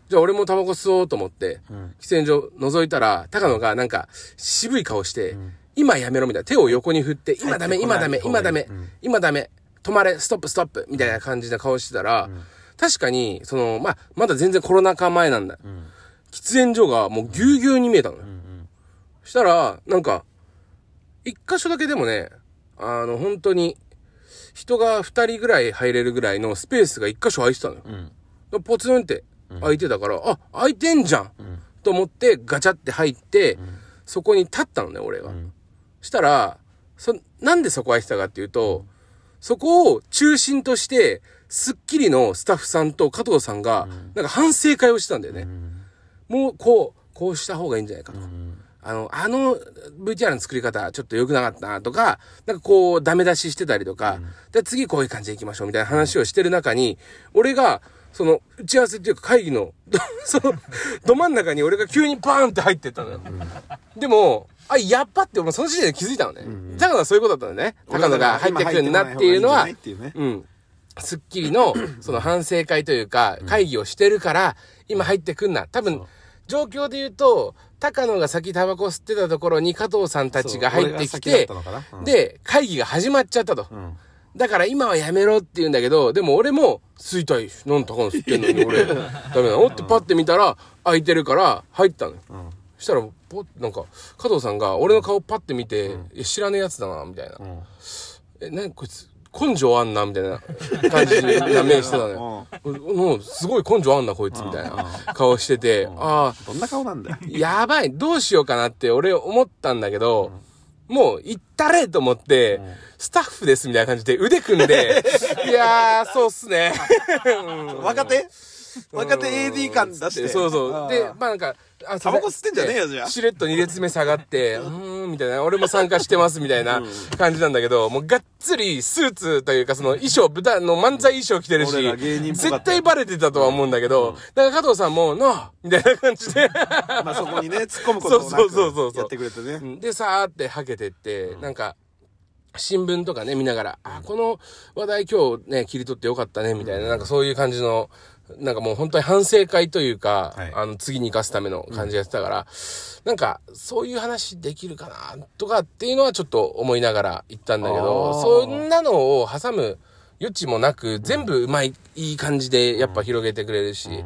じゃあ俺もタバコ吸おうと思って、 うん、 喫煙所覗いたら、高野がなんか渋い顔して、うん、今やめろみたいな。手を横に振って、今ダメ、今ダメ、今ダメ、うん、今ダメ、止まれ、ストップ、ストップ、みたいな感じな顔してたら、うん、確かに、その、まあ、まだ全然コロナ禍前なんだ。うん、喫煙所がもうぎゅうぎゅうに見えたのよ。うんうん、したら、なんか、一箇所だけでもね、あの、本当に、人が二人ぐらい入れるぐらいのスペースが一箇所空いてたのよ。うん、ポツンって空いてたから、うん、あ、空いてんじゃん、うん、と思ってガチャって入って、うん、そこに立ったのね、俺が。うん、したら、そ、なんでそこ空いてたかっていうと、うん、そこを中心として、スッキリのスタッフさんと加藤さんが、なんか反省会をしてたんだよね。うん、もう、こう、こうした方がいいんじゃないかと。うんあの、あの ブイティーアール の作り方ちょっと良くなかったなとか、なんかこうダメ出ししてたりとか、うん、で次こういう感じで行きましょうみたいな話をしてる中に、俺が、その打ち合わせっていうか会議の、その、ど真ん中に俺が急にバーンって入ってったのよ。うん、でも、あ、やっぱって俺その時点で気づいたのね。うん、高野はそういうことだったのね。高野が入ってくるなっていうのは、うん。スッキリの、その反省会というか、会議をしてるから、今入ってくんな。多分、状況で言うと、高野が先タバコ吸ってたところに加藤さんたちが入ってきて、うん、で、会議が始まっちゃったと。うん、だから今はやめろって言うんだけど、でも俺も吸いたいし、なん高野吸ってんのに俺、ダメなのってパッて見たら、空いてるから入ったのよ。うん、そしたら、ポなんか、加藤さんが俺の顔パッて見て、うん、知らねえやつだな、みたいな。うん、え、なにこいつ、根性あんなみたいな感じな目してたのよ。もうすごい根性あんなこいつみたいな顔してて、ああ。 どんな顔なんだよ。 やばい、どうしようかなって俺思ったんだけど、うん、もう行ったれと思って、うん、スタッフですみたいな感じで腕組んで、いやー、そうっすね。 若手若手 エーディー 感出して。 そうそう。で、まあなんか、 あ、タバコ吸ってんじゃねえよ、じゃあ。 しれっとに列目下がって、うーん、みたいな、俺も参加してますみたいな感じなんだけど、もうがっつりスーツというか、その衣装、豚の漫才衣装着てるし、絶対バレてたとは思うんだけど、だから加藤さんも、なあみたいな感じで。 まあそこにね、突っ込むことをなくやってくれてね。 で、さーってはけてって、なんか、新聞とかね、見ながら、あ、この話題今日ね、切り取ってよかったね、みたいな、なんかそういう感じの、なんかもう本当に反省会というか、はい、あの次に生かすための感じやってたから、うん、なんかそういう話できるかなとかっていうのはちょっと思いながら言ったんだけど、そんなのを挟む余地もなく、全部うまい、いい感じでやっぱ広げてくれるし、うん、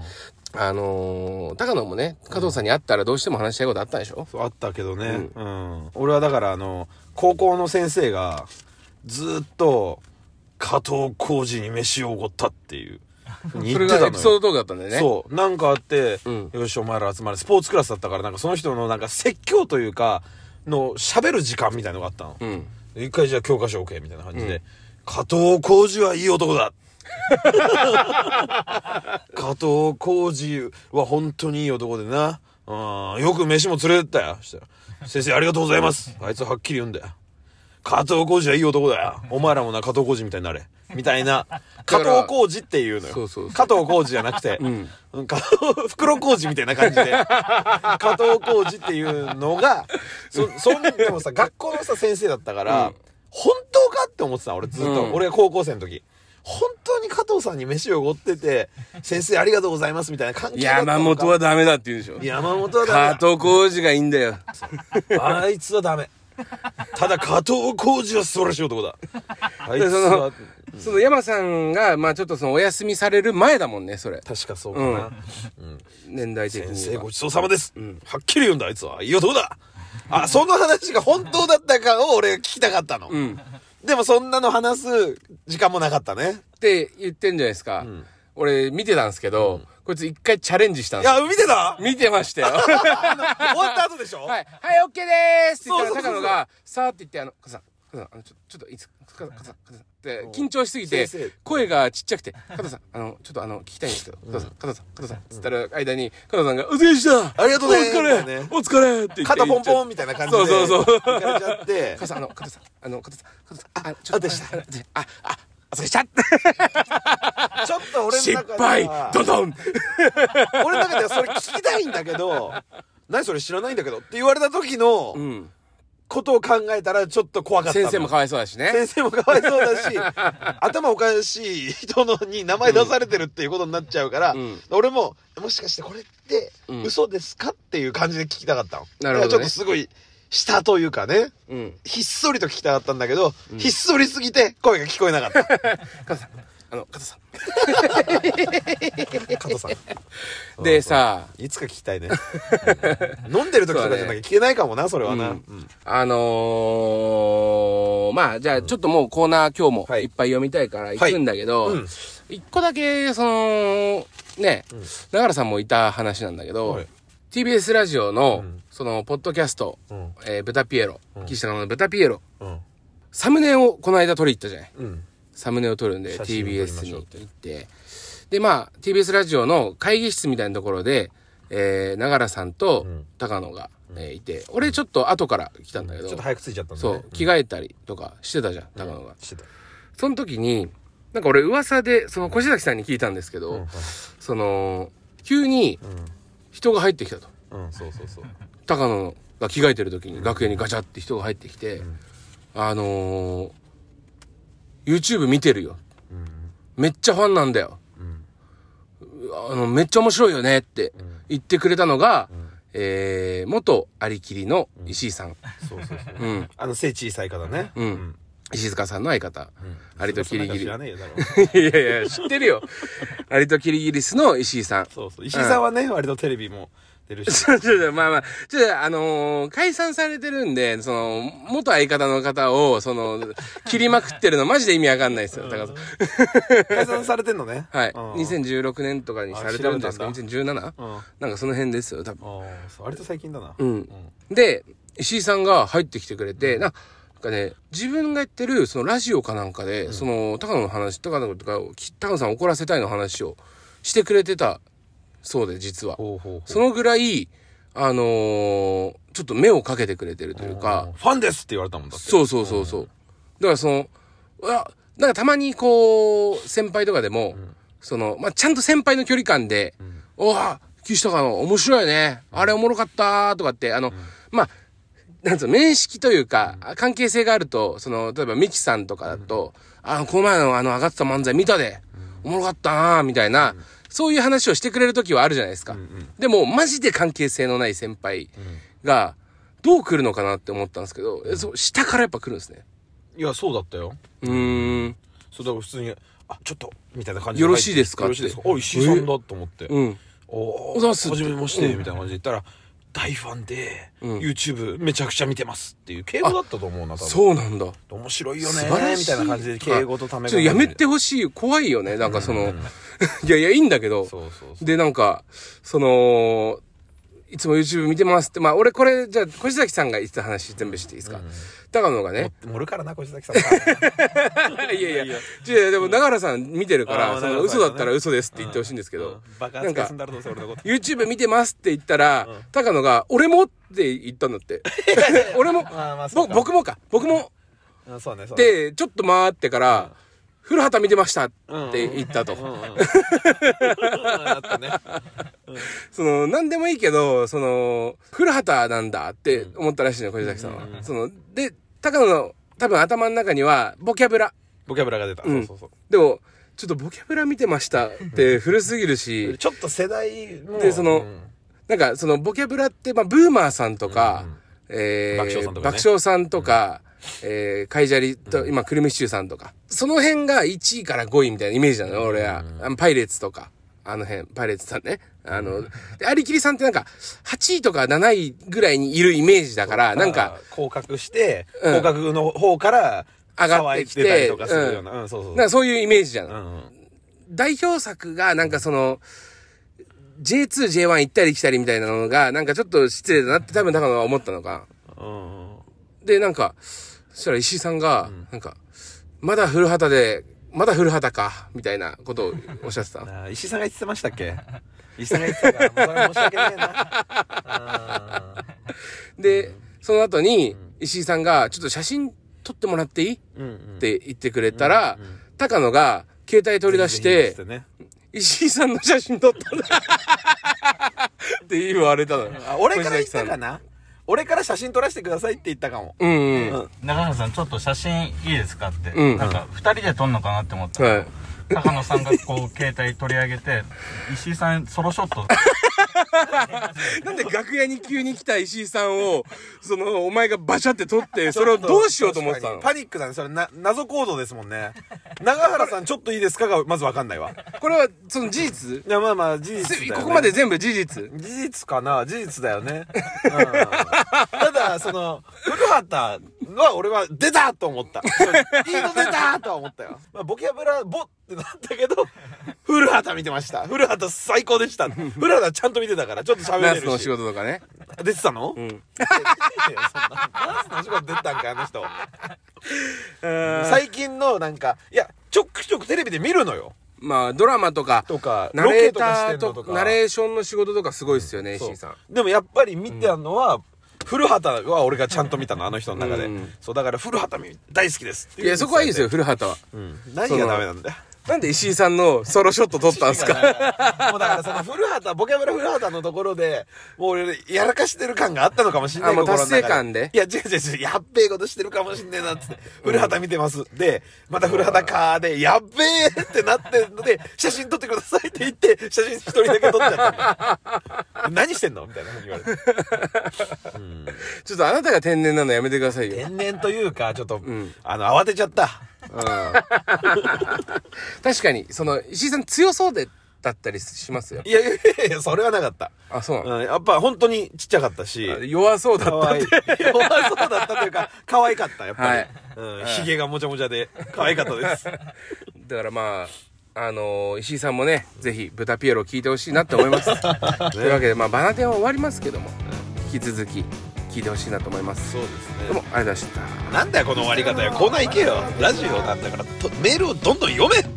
あのー、高野もね、加藤さんに会ったらどうしても話したいことあったでしょ？ そう、あったけどね。うん。うん、俺はだからあの、高校の先生がずっと加藤浩次に飯をおごったっていう。 それがエピソードトークだったんだよね。 そう。なんかあって、うん、よし、お前ら集まれ。スポーツクラスだったから、なんかその人のなんか説教というか、の喋る時間みたいなのがあったの。うん、一回じゃあ教科書 OK みたいな感じで、うん、加藤浩次はいい男だ加藤浩次は本当にいい男でな。うん、よく飯も連れてったよ。したら先生ありがとうございます。あいつははっきり言うんだよ。加藤浩次はいい男だよ。お前らもな、加藤浩次みたいになれ。みたいな。加藤浩次っていうのよ。そうそうそう、加藤浩次じゃなくて、うん、袋浩次みたいな感じで、加藤浩次っていうのが、そ、そんでもさ、学校のさ、先生だったから、うん、本当かって思ってた、俺ずっと。うん、俺が高校生の時。本当に加藤さんに飯をおごってて、先生ありがとうございますみたいな関係だったのか。 山本はダメだって言うんでしょ。 山本はダメだ。 加藤浩次がいいんだよ。 あいつはダメ。ただ加藤浩次は素晴らしい男だ。あいつはその山さんがまあちょっとそのお休みされる前だもんね、それ。 確かそうかな。うんうん、 年代的に。 先生ごちそうさまです、うん。はっきり言うんだあいつはいい男だ。あ、その話が本当だったかを俺が聞きたかったの。うん、でもそんなの話す時間もなかったね。 って言ってんじゃないですか。うん、俺見てたんですけど。うんこいつ一回チャレンジしたんですよ。 いや、見てた見てましたよ。 終わった後でしょはい。はい、オッケーでーすって言ったら、高野が、さーって言って、あの、カさん、カさん、あの、ちょ、ちょっといいですかカさん、カさん、カさんって、緊張しすぎて、声がちっちゃくて、加藤さん、あの、ちょっとあの、聞きたいんですけど、加藤さん、加藤さん、加藤さん、つったら間に、加藤さんが、お疲れしたありがとうねお疲れ、ね、お疲れって言って。 肩ポンポンみたいな感じで。 そうそうそう。 行かれちゃって。 加藤さん、あの、加藤さん、あの、加藤さん、加藤さん、あ、ちょっと、でした。あ、あ、お疲れしたちょっと俺の中では失敗ドドン俺の中ではそれ聞きたいんだけど何それ知らないんだけどって言われた時の、うん、 ことを考えたらちょっと怖かった。 先生もかわいそうだしね。 先生もかわいそうだし、頭おかしい人のに名前出されてるっていうことになっちゃうから、うん、俺も、もしかしてこれって嘘ですかっていう感じで聞きたかったの。 なるほど、ね。 ちょっとすごい、下というかね、うん、ひっそりと聞きたかったんだけど、うん、ひっそりすぎて声が聞こえなかった。 加藤さん、あの、加藤さん。 加藤さん。 でさ、 いつか聞きたいね。飲んでる時とかじゃなきゃ聞けないかもな、それはな。うんうん、あのー、まあ、じゃあちょっともうコーナー今日もいっぱい読みたいから行くんだけど、はいはい、うん、一個だけ、その、ね、うん、永原さんもいた話なんだけど、はい、ティービーエス ラジオの、うん、その、ポッドキャスト、うん、えー、ブタピエロ、うん、岸田のブタピエロ、うん、サムネをこの間撮り行ったじゃない。うん、サムネを撮るんで ティービーエス に行って。で、まあ、ティービーエス ラジオの会議室みたいなところで、えー、永原さんと高野が、うん、えー、いて、俺ちょっと後から来たんだけど、 ちょっと早く着いちゃったんだね。そう、着替えたりとかしてたじゃん、高野が。してた。その時に、なんか俺噂で、その越崎さんに聞いたんですけど、うん、その、急に人が入ってきたと。 うん、そうそうそう。 高野が着替えてる時に楽屋にガチャって人が入ってきて、うん、あのー、YouTube 見てるよ、うん、めっちゃファンなんだよ、うん、あのめっちゃ面白いよねって言ってくれたのが、うん、えー、元ありきりの石井さん、うん、 そうそうそう、うん、あの背小さい方ね、 うんうん、石塚さんの相方、うん、アリとキリギリ知らねえよだろいやいや知ってるよアリとキリギリスの石井さん。 そうそう、石井さんはね、うん、割とテレビも出るしちょちょまあまあちょっとあのー、解散されてるんで、その元相方の方をその切りまくってるのマジで意味わかんないですよ。だから解散されてんのね。 はい。にせんじゅうろくねんとかにされてるんですか。にせんじゅうなな？ うん、なんかその辺ですよ多分。 ああ、割と最近だな。 うん。うん、で石井さんが入ってきてくれて、なんかね、自分がやってるそのラジオかなんかで、うん、その高野の話、高野とか高野さん怒らせたいの話をしてくれてたそうで、実はほうほうほう、そのぐらいあのー、ちょっと目をかけてくれてるというか、 ファンですって言われたもんだって。 そうそうそうそう。だからその、うわ、なんかたまにこう先輩とかでも、うん、そのまあちゃんと先輩の距離感で、うん、おわ、岸高野面白いね、うん、あれおもろかったとかってあの、うん、まあなんつうの面識というか、うん、関係性があると、その例えばミキさんとかだと、うん、あのこの前のあの上がってた漫才見たで、うん、おもろかったなみたいな。うんそういう話をしてくれるときはあるじゃないですか、うんうん。でも、マジで関係性のない先輩が、どう来るのかなって思ったんですけど、うん、そう下からやっぱ来るんですね。 いや、そうだったよ。 うーん。 そうだから普通に、あ、ちょっと、みたいな感じで。 よろしいですかって。 よろしいですか。お、石井さんだと思って。 うん。 おー、はじめまして、みたいな感じで言ったら、大ファンで、うん、YouTube めちゃくちゃ見てますっていう敬語だったと思うな、多分。 そうなんだ。 面白いよねーみたいな感じで敬語とためが。 ちょっとやめてほしい。怖いよね。なんかその、うんうん、いやいや、いいんだけど。そうそうそう。で、なんか、その、いつも YouTube 見てますって。まあ、俺これ、じゃあ、越崎さんが言ってた話全部していいですか、うん、高野がね。 盛るからな、越崎さん。 いやいやいや。違う、でも、永原さん見てるから、その嘘だったら嘘ですって言ってほしいんですけど。うんうん、 バカ扱いすんだろ、俺のこと。 YouTube 見てますって言ったら、うん、高野が、俺もって言ったんだって。俺も、まあまあぼ僕もか、僕も。 あそうね、そうね。で、ちょっと回ってから、うん古畑見てましたって言ったと。その、なんでもいいけど、その、古畑なんだって思ったらしいの、小崎さんは。その、で、高野の多分頭の中には、ボキャブラ。 ボキャブラが出た。うん、そうそうそう。 でも、ちょっとボキャブラ見てましたって古すぎるし。 ちょっと世代も。 で、その、うん、なんかそのボキャブラって、まあ、ブーマーさんとか、うんうん、えー、爆笑さんとか、ね。爆笑さんとか、うんえー、カイジャリと、うん、今、クルミシチューさんとか。その辺がいちいからごいみたいなイメージなのよ、俺は。あのパイレーツとか。あの辺、パイレーツさんね。あの、で、アリキリさんってなんか、はちいとかなないぐらいにいるイメージだから、なんか。 降格して、うん、降格の方から上がってきて、 たりとかするような。うん、うん、そうそう。 なんかそういうイメージじゃん。うんうん、代表作が、なんかその、ジェイツー、ジェイワン 行ったり来たりみたいなのが、なんかちょっと失礼だなって多分高野は思ったのか。うん、で、なんか、そしたら石井さんが、うん、なんか、まだ古畑で、まだ古畑か、みたいなことをおっしゃってた。 石井さんが言ってましたっけ石井さんが言ってたから、申し訳ないな。 で、うん、その後に、石井さんが、ちょっと写真撮ってもらっていい、うんうん、って言ってくれたら、うんうん、高野が携帯取り出して、ね、石井さんの写真撮ったんだって言われたの。 あ、俺から言ったかな俺から写真撮らせてくださいって言ったかも。 うんうん。 うん、中原さん、ちょっと写真いいですかって。 うん。 なんか、二人で撮んのかなって思ったら、はい、高野さんがこう、携帯取り上げて、石井さん、ソロショット。 なんで楽屋に急に来た石井さんを、その、お前がバシャって撮って、それをどうしようと思ってたの？ パニックだね。それ、な、謎行動ですもんね。長原さん、ちょっといいですかが、まずわかんないわ。 これは、その事実？ いや、まあまあ、事実だよね。 ここまで全部事実？ 事実かな？事実だよね。うん、ただ、その、古畑は、俺は、出たと思った。いいの出たとは思ったよ。まあ、ボキャブラ、ボってなったけど、古畑見てました。古畑最高でした。古畑ちゃんと見てたから、ちょっと喋れるし。ナースの仕事とかね。 出てたの？うん。いやいやそんなナースの仕事出てたんか、あの人。最近のなんか、いや、ちょくちょくテレビで見るのよ。 まあ、ドラマとか、 とかナレーターとか、ナレーションの仕事とかすごいっすよね、石井さん。 でもやっぱり見てあるのは、古畑は俺がちゃんと見たの、あの人の中で。そう、だから古畑大好きです。 いや、そこはいいですよ、古畑は。 何がダメなんだよ。 なんで石井さんのソロショット撮ったんすか？ もうだからその古畑、ボキャブラ古畑のところで、もう俺、やらかしてる感があったのかもしんない。 あ、もう達成感で？ いや、違う違う違う、やっべえことしてるかもしんねえな、つって。古畑見てます。で、また古畑かーで、やっべえってなってんので、写真撮ってくださいって言って、写真一人だけ撮っちゃったの。何してんのみたいなふうに言われて。 うん、ちょっとあなたが天然なのやめてくださいよ。 天然というか、ちょっと、うん、あの、慌てちゃった。うん、 確かにその石井さん強そうでだったりしますよ。 いやいやいや、それはなかった。 あ、そうなの、 うん、やっぱ本当にちっちゃかったし、 弱そうだったって。 弱そうだったというか可愛かった、やっぱり、はい、うん、ひげがもちゃもちゃで可愛かったです。だからまああのー、石井さんもね、ぜひ豚ピエロ聞いてほしいなって思います。ね、というわけでまあバナテンは終わりますけども、引き続き聞いてほしいなと思います。 そうですね。 どうもありがとうございました。 なんだよこの終わり方よ。コーナー行けよ。ラジオなんだからとメールをどんどん読め。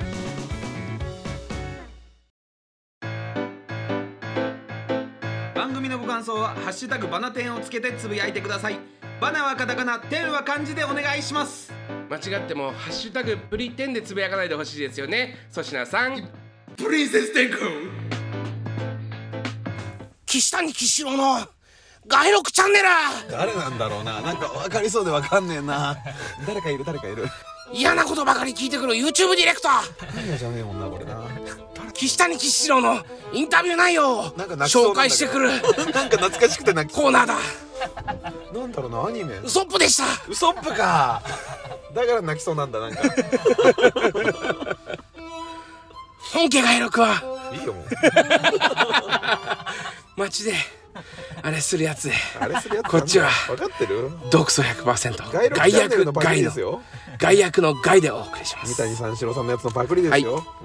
番組のご感想はハッシュタグバナテンをつけてつぶやいてください。バナはカタカナ、テンは漢字でお願いします。 間違ってもハッシュタグプリテンでつぶやかないでほしいですよね。粗品さん。 プリンセステン君。 岸谷岸郎の外録チャンネル。 誰なんだろうな。なんか分かりそうで分かんねえな。誰かいる誰かいる。 嫌なことばかり聞いてくる YouTube ディレクター。 何がじゃねえもんなこれな。 岸谷岸郎のインタビュー内容を紹介してくるなんか懐かしくて泣きコーナーだ。 なんだろうな、アニメ。 ウソップでした。 ウソップか。だから泣きそうなんだ。なんか本家外録はいいよもう街であれするやつで、 あれするやつこっちは分かってる。 毒素 ひゃくパーセント外録チャンネルのパクリですよ。 外役の外でお送りします。 三谷三四郎さんのやつのパクリですよ。はい、うん、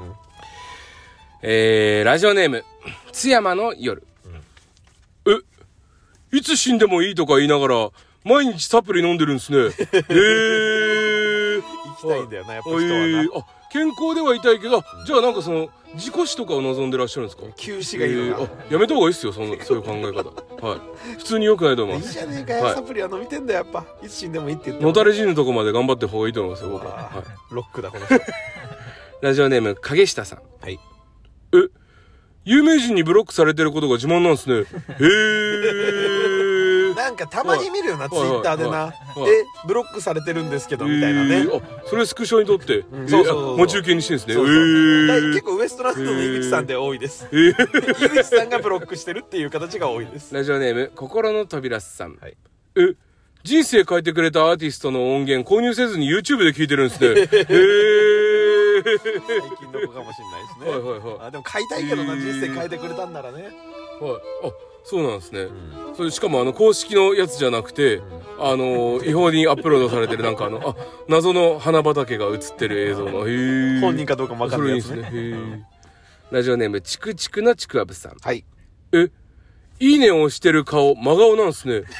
えー、ラジオネーム津山の夜、うん、え、いつ死んでもいいとか言いながら毎日サプリ飲んでるんですね。えー、 行きたいんだよなやっぱ人はな、えー、 あ、健康ではいたいけど、うん、じゃあなんかその事故死とかを望んでらっしゃるんですか。 休止がいいのな、えー、 あ、やめた方がいいっすよ、そのそういう考え方。はい、普通に良くないと思います。 いいじゃねえかよ、はい、サプリは飲みてんだよ。やっぱいつ死んでもいいって言ってのたれ死ぬとこまで頑張って方がいいと思いますよ僕は。 はい、ロックだこの人。 ラジオネーム影下さん。 はい。 え、有名人にブロックされてることが自慢なんですね。へー。 なんかたまに見るよな、ツイッターでな。え、ブロックされてるんですけどみたいなね。 あ、それスクショに撮って、 うん、そうそうそう、 待ち受けにしてるんですね。 そうそう、えー、結構ウエストランドの井口さんで多いです。えー、井口さんがブロックしてるっていう形が多いです。 ラジオネーム心の扉さん。はい、え、人生変えてくれたアーティストの音源購入せずに YouTube で聴いてるんですね。へー。 最近の子かもしれないですね。はいはいはい。あ、でも買いたいけどな、人生変えてくれたんならね。はい。 あ、そうなんですね。うん、それしかもあの公式のやつじゃなくて、うん、あの違法にアップロードされてるなんかあのあ謎の花畑が映ってる映像の、へー。 本人かどうかもわかんないやつね。 それいいですね。へー。ラジオネームチクチクなちくわぶさん。 はい。 え、いいねをしてる顔真顔なんですね。へ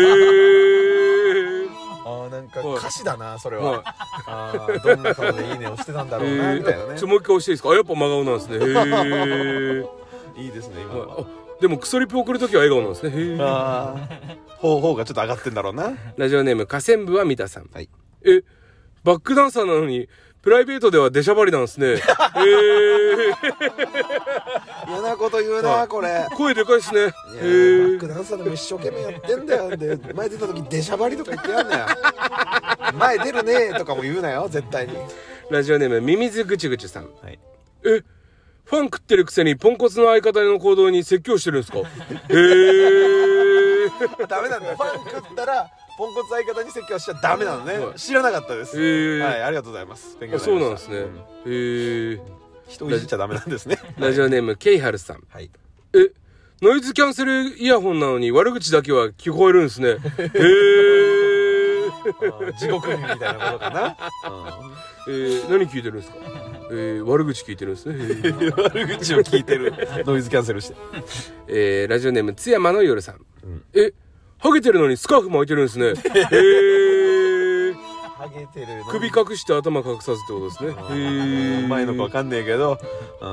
ー。 あ、なんか歌詞だな、それは。あ、どんな顔でいいねをしてたんだろうなみたいなね。 ちょ、もう一回押していいですか。あ、やっぱ真顔なんですね。へー。 いいですね今は。 でもクソリプ送るときは笑顔なんですね。へー。 ああ、頬がちょっと上がってんだろうな。 ラジオネーム河川部は三田さん。 はい。 え、バックダンサーなのにプライベートでは出しゃばりなんですね。へー。 嫌なこと言うなこれ。 声でかいっすね。へいやバーックダンサーでも一生懸命やってんだよ。で前出た時出しゃばりとか言ってやんなよ。前出るねとかも言うなよ絶対に。 ラジオネームミミズぐちぐちさん。 はい。 え、ファン食ってるくせにポンコツの相方の行動に説教してるんですか？へー。 ダメなんだよ。ファン食ったらポンコツ相方に説教しちゃダメなのね、 はい、 知らなかったです。 へー。 はい、ありがとうございます。勉強あ、 になりました。 そうなんですね、うん、へー。 人をいじっちゃダメなんですね。 ラジオネームケイハルさん。 はい。 え、ノイズキャンセルイヤホンなのに悪口だけは聞こえるんですね。へー。 地獄みたいなことかな。 えー、何聞いてるんですか？えー、悪口聞いてるんですね。 悪口を聞いてる。ノイズキャンセルして。 えー、ラジオネーム津山の夜さん。うん、え、ハゲてるのにスカーフ巻いてるんですね。へー。 ハゲてるの首隠して頭隠さずってことですね。へー。 うまいのかわかんねえけど、うん、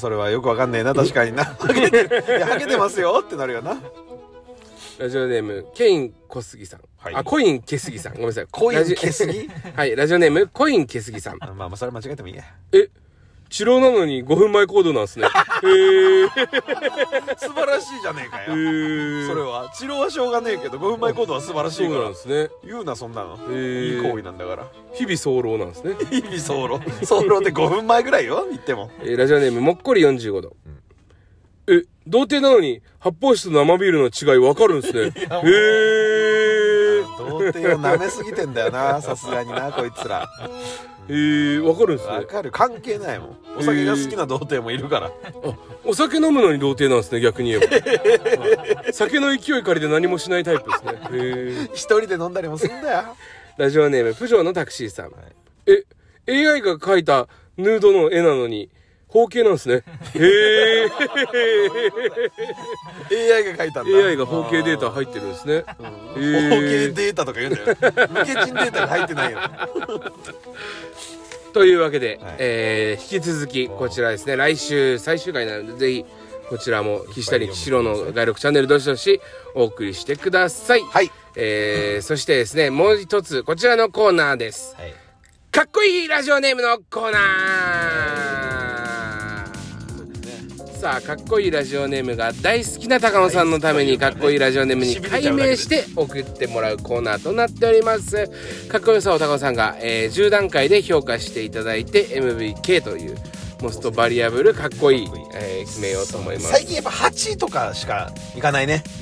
それはよくわかんねえな、確かにな。ハゲてる。いや、ハゲてますよってなるよな。 ラジオネームケイン小杉さん、はい、あコインケスギさん、ごめんなさい。 コインケスギはい、ラジオネームコインケスギさん。 まあまあそれ間違えてもいいや。 え、治療なのにごふんまえ行動なんですね。へー。 素晴らしいじゃねえかよ。へー。それは治療はしょうがねえけどごふんまえ行動は素晴らしいから。 そうなんですね。 言うなそんなの。 へー。 いい行為なんだから。 日々早漏なんですね。 日々早漏。早漏ってごふんまえぐらいよ言っても。 えー、ラジオネームもっこりよんじゅうごど。うん、え、童貞なのに発泡酒と生ビールの違い分かるんですね。へー。 童貞を舐めすぎてんだよな、さすがになこいつら。 へー、分かるんですね。 分かる、関係ないもん。お酒が好きな童貞もいるから。あ、 お酒飲むのに童貞なんですね、逆に言えば。酒の勢い借りて何もしないタイプですね。へー。 一人で飲んだりもすんだよ。ラジオネームプジョーのタクシーさん。はい、え、エーアイ が描いたヌードの絵なのに包茎なんですね。へー。エーアイ が書いたんだ。 エーアイ が包茎データ入ってるんですね。 包茎データとか言うんだよ。無ケチンデータが入ってないよ。 というわけで、 はい、 えー、引き続きこちらですね、来週最終回なのでぜひこちらも岸谷岸郎の外録チャンネルどしどしお送りしてください。 はい。 えー、そしてですね、もう一つこちらのコーナーです。はい、かっこいいラジオネームのコーナー。さあ、かっこいいラジオネームが大好きな高野さんのためにかっこいいラジオネームに改名して送ってもらうコーナーとなっております。かっこよさを高野さんが、えー、じゅうだんかいで評価していただいて エムブイケー というモストバリアブルかっこいい、えー、決めようと思います。 最近やっぱはちとかしかいかないね。うん、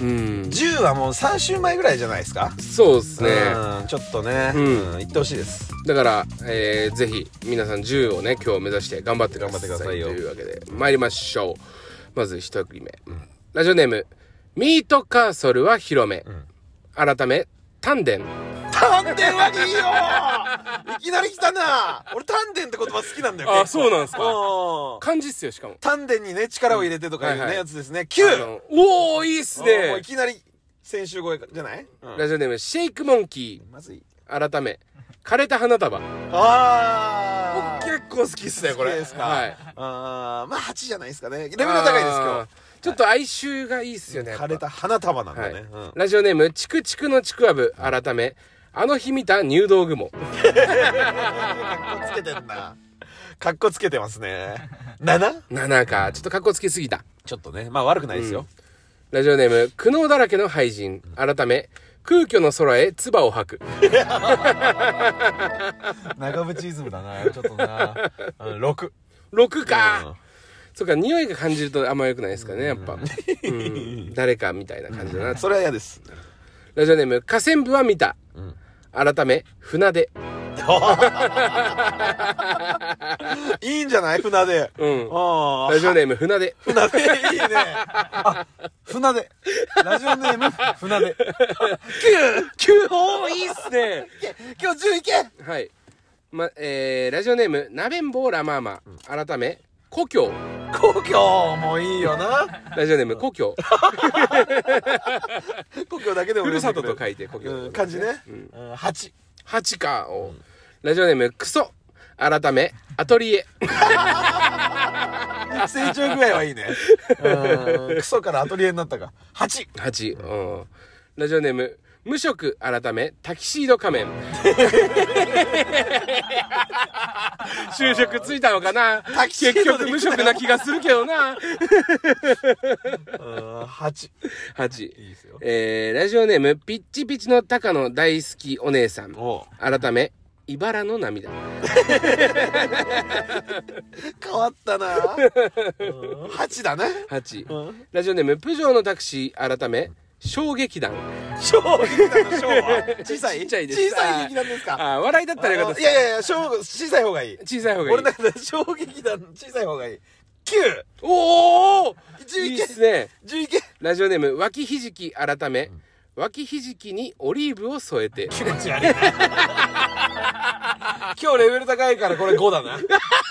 じゅうはもうさん週前ぐらいじゃないですか。 そうですね、 うん、ちょっとね、うん、言ってほしいです。 だから、えー、ぜひ皆さんじゅうをね今日目指して頑張ってください。頑張ってくださいよ。というわけで参りましょう。まず一組目、うん、ラジオネームミートカーソルは広め、うん、改め丹田。 丹田はいいよ。いきなり来たな。俺丹田って言葉好きなんだよ。 あ、そうなんですか。漢字っすよ。しかも丹田にね力を入れてとかいうね、はいはい、やつですね。きゅう。 おお、いいっすね。 いきなり先週超えじゃない、 うん、ラジオネームシェイクモンキー。まずい。改め枯れた花束。 ああ、 結構好きっすねこれ。 好きですか。はい。あ、まあはちじゃないですかね。レベル高いです今日。 ちょっと哀愁がいいっすよね。 枯れた花束なんだね、はい、 うん、ラジオネームチクチクのちくわぶ。改めあの日見た入道雲。かっこつけてんな。かっこつけてますね。なな ? なな か。ちょっとかっこつけすぎた。 ちょっとね。まあ悪くないですよ。うん、 ラジオネーム苦悩だらけの俳人。改め空虚の空へ唾を吐く。 長渕イズムだな。ちょっとな。ろく。 ろくか。うん、そうか、匂いが感じるとあんま良くないですかね、やっぱ。うん、誰かみたいな感じだな。 それは嫌です。 ラジオネーム河川部は見た。うん、改め船出。 いいんじゃない船出。 うん。あ、ラジオネーム船出。 船出いいね。あ、船出。ラジオネーム船出。きゅうきゅう おー、いいっすね。 今日じゅういけ。 はい。ま、えー、ラジオネームなべんぼうラマーマ。改め故郷。 故郷もいいよな。 ラジオネーム故郷。 故郷だけでもふるさとと書いて故郷、 うん、漢字ね。うん、はち。 はちか。お、うん、ラジオネームクソ。改めアトリエ。 成長具合はいいね。うん、クソからアトリエになったか。はち。 はち。うん。ラジオネーム無職改めタキシード仮面就職ついたのかな。結局無職な気がするけどなはち。 はち。いいですよ。えー、ラジオネームピッチピチの高野大好きお姉さん改め茨の涙変わったなはちだな。 はち、うん、ラジオネームプジョーのタクシー改め小劇団。 小劇団の小は小さいちっちゃいです。 小さい劇団ですか。 ああ、笑いだったらよかった。 いやいやいや、小、小さい方がいい。 小さい方がいい。 俺の中で小劇団小さい方がいい。きゅう。 おお、 じゅういけ。 いいっすね。 じゅういけ。 ラジオネーム脇ひじき改め、うん、脇ひじきにオリーブを添えて。 気持ち悪いな今日レベル高いからこれごだな。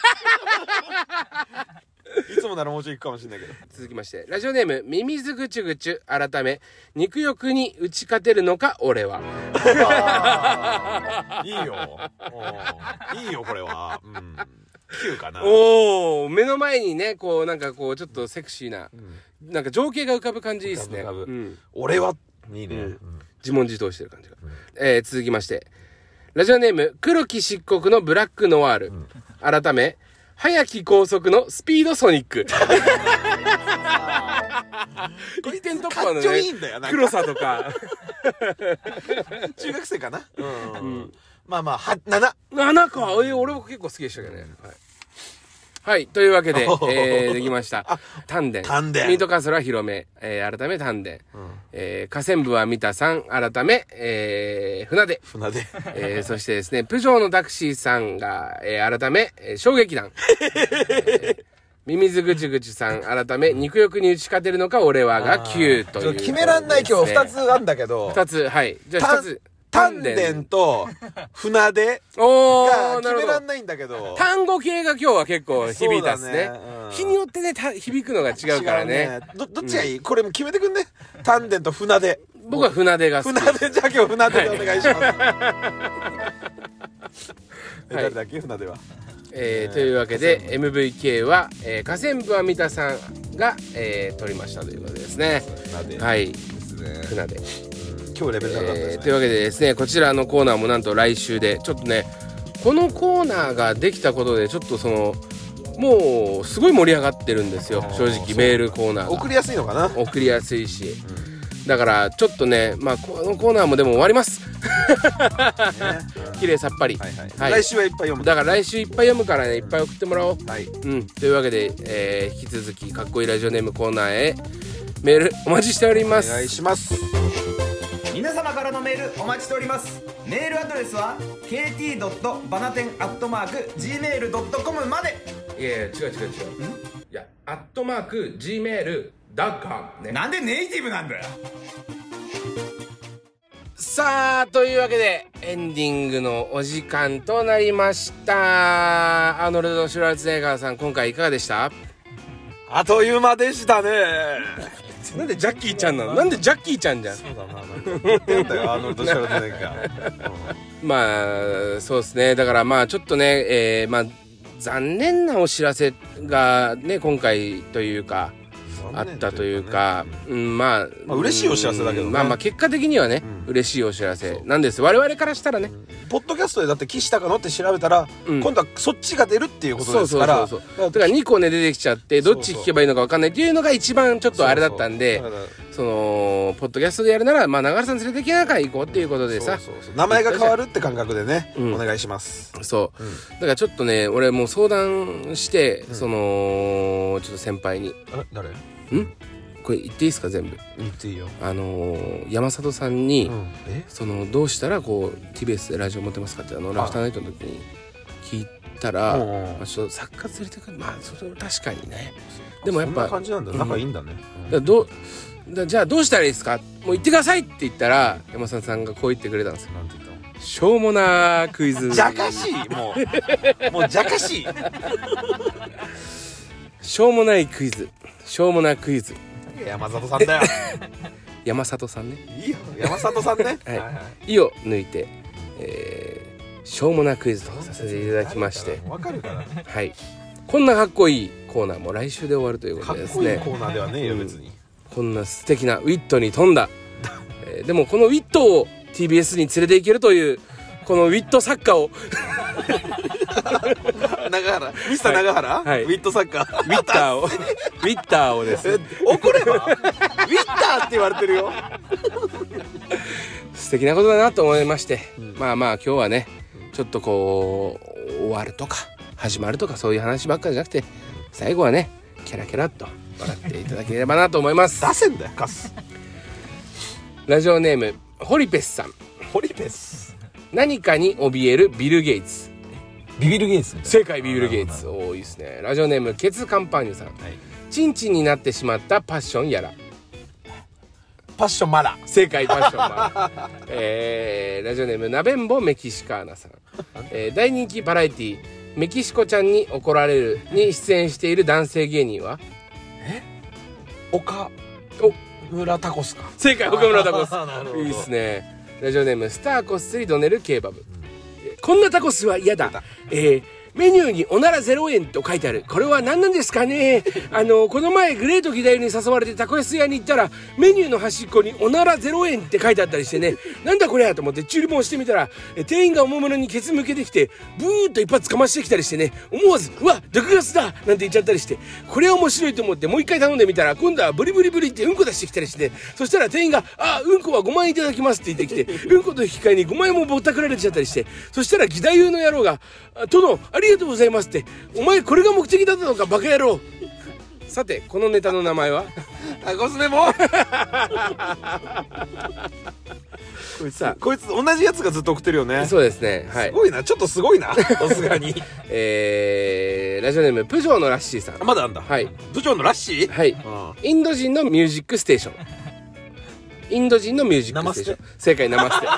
いつもならもうちょいいくかもしれないけど。 続きましてラジオネームミミズぐちゅぐちゅ改め肉欲に打ち勝てるのか俺は。 いいよいいよこれは、うん、きゅうかな。 おお、目の前にねこうなんかこうちょっとセクシーな、うん、なんか情景が浮かぶ感じいいですね。浮かぶ浮かぶ、うん、 俺はいいね、うん、 自問自答してる感じが、うん、えー、続きましてラジオネーム黒き漆黒のブラックノワール、うん、改め早き高速のスピードソニック。一点突破のね、 いいんだよな黒さとか。 中学生かな、うんうん、まあまあはなな。 ななか。えー、俺も結構好きでしたけどね、はいはい、というわけで、えー、できました。丹田。 丹田。 ミートカスラ広め、えー、改め丹田。うん、えー、河川部は三田さん、改め、えー、船出。 船出。 えー、そしてですね、プジョーのタクシーさんが、えー、改め、えー、衝撃弾。えー、ミミズぐちぐちさん、改め、肉欲に打ち勝てるのか、俺はがきゅうという、ね。 決めらんない今日二つあんだけど。 二つ、はい。じゃあ一つ。 丹田と船出が決めらんないんだけど、 単語系が今日は結構響いたっすね。うん、日によってね響くのが違うからね。 ね ど, どっちがいい、うん、これも決めてくんね。丹田と船出。 僕は船出が好き。 船出じゃあ今日船出でお願いします。はい、誰だっけ船出は。 えー、というわけで エムブイケー は、えー、河川部は三田さんが、えー、取りましたということですね。 船出。 はい。 ですね。 船出。 今日レベル高かったですね、 えー、というわけでですねこちらのコーナーもなんと来週でちょっとねこのコーナーができたことでちょっとそのもうすごい盛り上がってるんですよ正直メールコーナーが送りやすいのかな。 送りやすいし、うん、だからちょっとねまあこのコーナーもでも終わります綺麗さっぱり、はいはいはい、来週はいっぱい読むだから来週いっぱい読むからねいっぱい送ってもらおう、 はいうん、というわけで、えー、引き続きかっこいいラジオネームコーナーへメールお待ちしております。 お願いします。 皆様からのメールお待ちしております。メールアドレスは ケーティードットバナテンアットマークジーメールドットコム まで。 いやいや違う違う違う。んいやアットマーク ジーメールドットコム ね。 なんでネイティブなんだよ。 さあというわけでエンディングのお時間となりました。アーノルド・シュワルツェネッガーさん今回いかがでした？ あっという間でしたね。 なんでジャッキーちゃんなの？なんでジャッキーちゃんじゃん。 そうだな。なんか言ってんだよ、アーノルド・シュワルツェネッガー。 まあそうですね。だからまあちょっとね、えー、まあ残念なお知らせがね今回というかあったというか、うん、まあ、 まあ嬉しいお知らせだけどね。 まあまあ結果的にはね、うん、嬉しいお知らせなんです。我々からしたらね、 うん、ポッドキャストでだって岸高野って調べたら、うん、今度はそっちが出るっていうことですから、 そうそうそうそう。だからにこね出てきちゃってどっち聞けばいいのか分かんないっていうのが一番ちょっとあれだったんで、そうそうそのポッドキャストでやるならまあ長原さん連れてきながら行こうっていうことでさ、 そうそうそう名前が変わるって感覚でね、うん、お願いします。 そう、うん、だからちょっとね俺もう相談して、うん、そのちょっと先輩にあれ誰？ ん？これ言っていいですか全部。 言っていいよ。 あのー、山里さんに、うん、 えそのどうしたらこう ティービーエス でラジオ持ってますかってあのラフターナイトの時に聞いたら、まあ、ちょっと作家連れてくるまあそれ確かにね。でもやっぱそんな感じなんだ。仲いいんだね。 うん、だどうだじゃあどうしたらいいですか。もう言ってくださいって言ったら山里さんがこう言ってくれたんですよ。 なんて言ったの？ しょうもなクイズ。 じゃかしいもうもうじゃかしい。 しょうもないクイズ。しょうもなクイズ。 山里さんだよ。 山里さんね。 いいよ山里さんね。 はいはい。意を抜いて、えー、しょうもなクイズとさせていただきまして。 わかるから。 はい。こんなかっこいいコーナーも来週で終わるということでですね。 かっこいいコーナーではねえよ別に。 こんな素敵なウィットに富んだ、ええー、でもこのウィットを ティービーエス に連れて行けるというこのウィットサッカーを長原ミスター長原、 はい、 ウィットサッカーウィッターをウィッターをですね怒ればウィッターって言われてるよ素敵なことだなと思いまして、うん、まあまあ今日はねちょっとこう終わるとか始まるとかそういう話ばっかりじゃなくて最後はねキャラキャラっと笑っていただければなと思います出せんだよカス。 ラジオネームホリペスさん。 ホリペス。 何かに怯えるビル・ゲイツ。 ビビル・ゲイツ。 正解、ビビル・ゲイツ。多いですね。ラジオネームケツカンパーニュさん、はい、チンチンになってしまったパッションやら。 パッションマラ。 正解、パッションマラ。えー、ラジオネームナベンボメキシカーナさん、えー、大人気バラエティメキシコちゃんに怒られるに出演している男性芸人はえ岡村タコスか。 正解、岡村タコス。いいですね。ラジオネームスターこっそりドネルケーバブ、うん、こんなタコスは嫌だ。えーメニューにおならゼロえんと書いてある。これは何なんですかね。あのこの前グレート義太夫に誘われてタコヤス屋に行ったらメニューの端っこにおならゼロえんって書いてあったりしてね、なんだこれやと思って注文してみたら店員がおもむろにケツ向けてきてブーッと一発かましてきたりしてね、思わずうわ毒ガスだなんて言っちゃったりして、これは面白いと思ってもう一回頼んでみたら今度はブリブリブリってうんこ出してきたりして、そしたら店員があうんこはごまんえんいただきますって言ってきてうんこと引き換えにごまんえんもぼったくられちゃったりして、そしたら義太夫の野郎が殿ありがとうございますってお前これが目的だったのかバカ野郎。さてこのネタの名前はタコスメモこいつさこいつ同じやつがずっと送ってるよね。 そうですね、はい、 すごいな、ちょっとすごいなさすがにえー、ラジオネームプジョーのラッシーさん。 まだあんだ。はい、プジョーのラッシー。 はい、インド人のミュージックステーション。インド人のミュージックステーション。正解、ナマステ。 ナ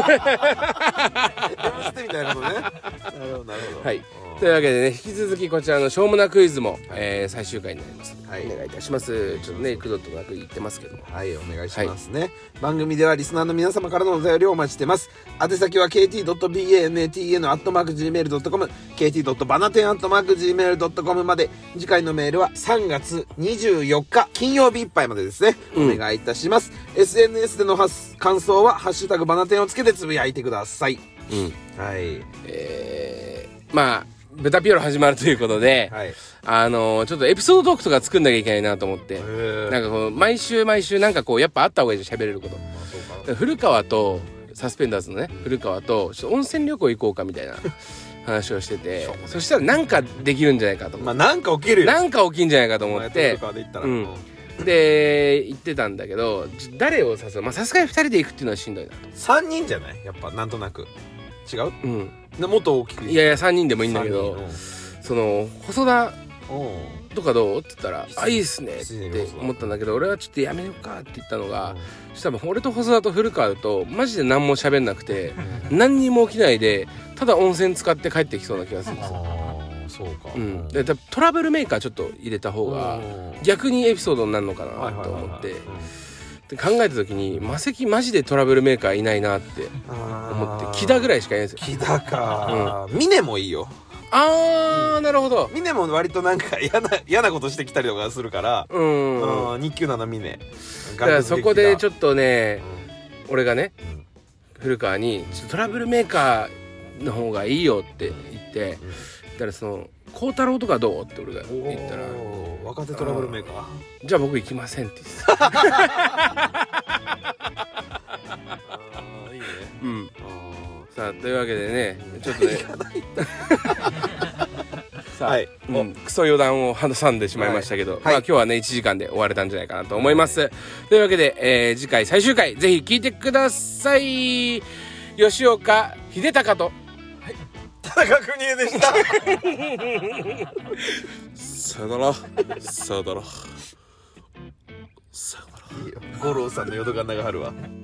マステみたいなことね。なるほどなるほど。 はい。というわけでね、引き続きこちらのしょうもなクイズも、はい、えー、最終回になります、はい、お願いいたします。ちょっとね幾度となく言ってますけども、 はい、お願いしますね、はい、番組ではリスナーの皆様からのお便りをお待ちしてます。宛先は ケーティードットバナテンアットマークジーメールドットコム ケーティードットバナテンアットマークジーメールドットコム まで。次回のメールはさんがつにじゅうよっか金曜日いっぱいまでですね、うん、お願いいたします。 エスエヌエス での感想はハッシュタグバナテンをつけてつぶやいてください。 うん、 はい、 えー、まあブタピオロ始まるということで、はい、あのー、ちょっとエピソードトークとか作んなきゃいけないなと思って、なんかこう毎週毎週なんかこうやっぱあった方がいいじゃん、喋れること、まあ、そうか。古川とサスペンダーズのね古川とちょっと温泉旅行行こうかみたいな話をしててそしたらなんかできるんじゃないかと思って、 まあなんか起きるよ、 なんか起きんじゃないかと思ってで行ってたんだけど、誰を誘う、まあさすがにふたりで行くっていうのはしんどいなと。 さんにんじゃないやっぱ、なんとなく違う。 うん、 もっと大きく。 いやいやさんにんでもいいんだけど、その細田とかどうって言ったらあいいっすねって思ったんだけど、俺はちょっとやめようかって言ったのが、そしたら俺と細田と古川だとマジで何も喋んなくて何にも起きないでただ温泉使って帰ってきそうな気がするんですよ。 そうか、 うん、でトラベルメーカーちょっと入れた方が逆にエピソードになるのかなと思ってで考えた時にマセキマジでトラベルメーカーいないなって思って、木田ぐらいしかいないんですよ。 木田か、うん、峰もいいよ。 あー、うん、なるほど。 峰も割となんか嫌な嫌なことしてきたりとかするから、うん、うん、日給なの峰。 だからそこでちょっとね、うん、俺がね、うん、古川にちょっとトラベルメーカーの方がいいよって言って、うん、言ったらその孝太郎とかどうって俺が言ったら、 若手トラベルメーカー、 じゃあ僕行きませんって言ってた。 いいね。 うん。さあというわけでね、ちょっとねさあ、はい、うん、クソ余談を挟んでしまいましたけど、はい、まあ今日はねいちじかんで終われたんじゃないかなと思います、はい、というわけで、えー、次回最終回ぜひ聞いてください。吉岡秀隆と、はい、 田中邦衛でした。 さよならさよならさよなら。 いいよ、五郎さんの淀が長春は。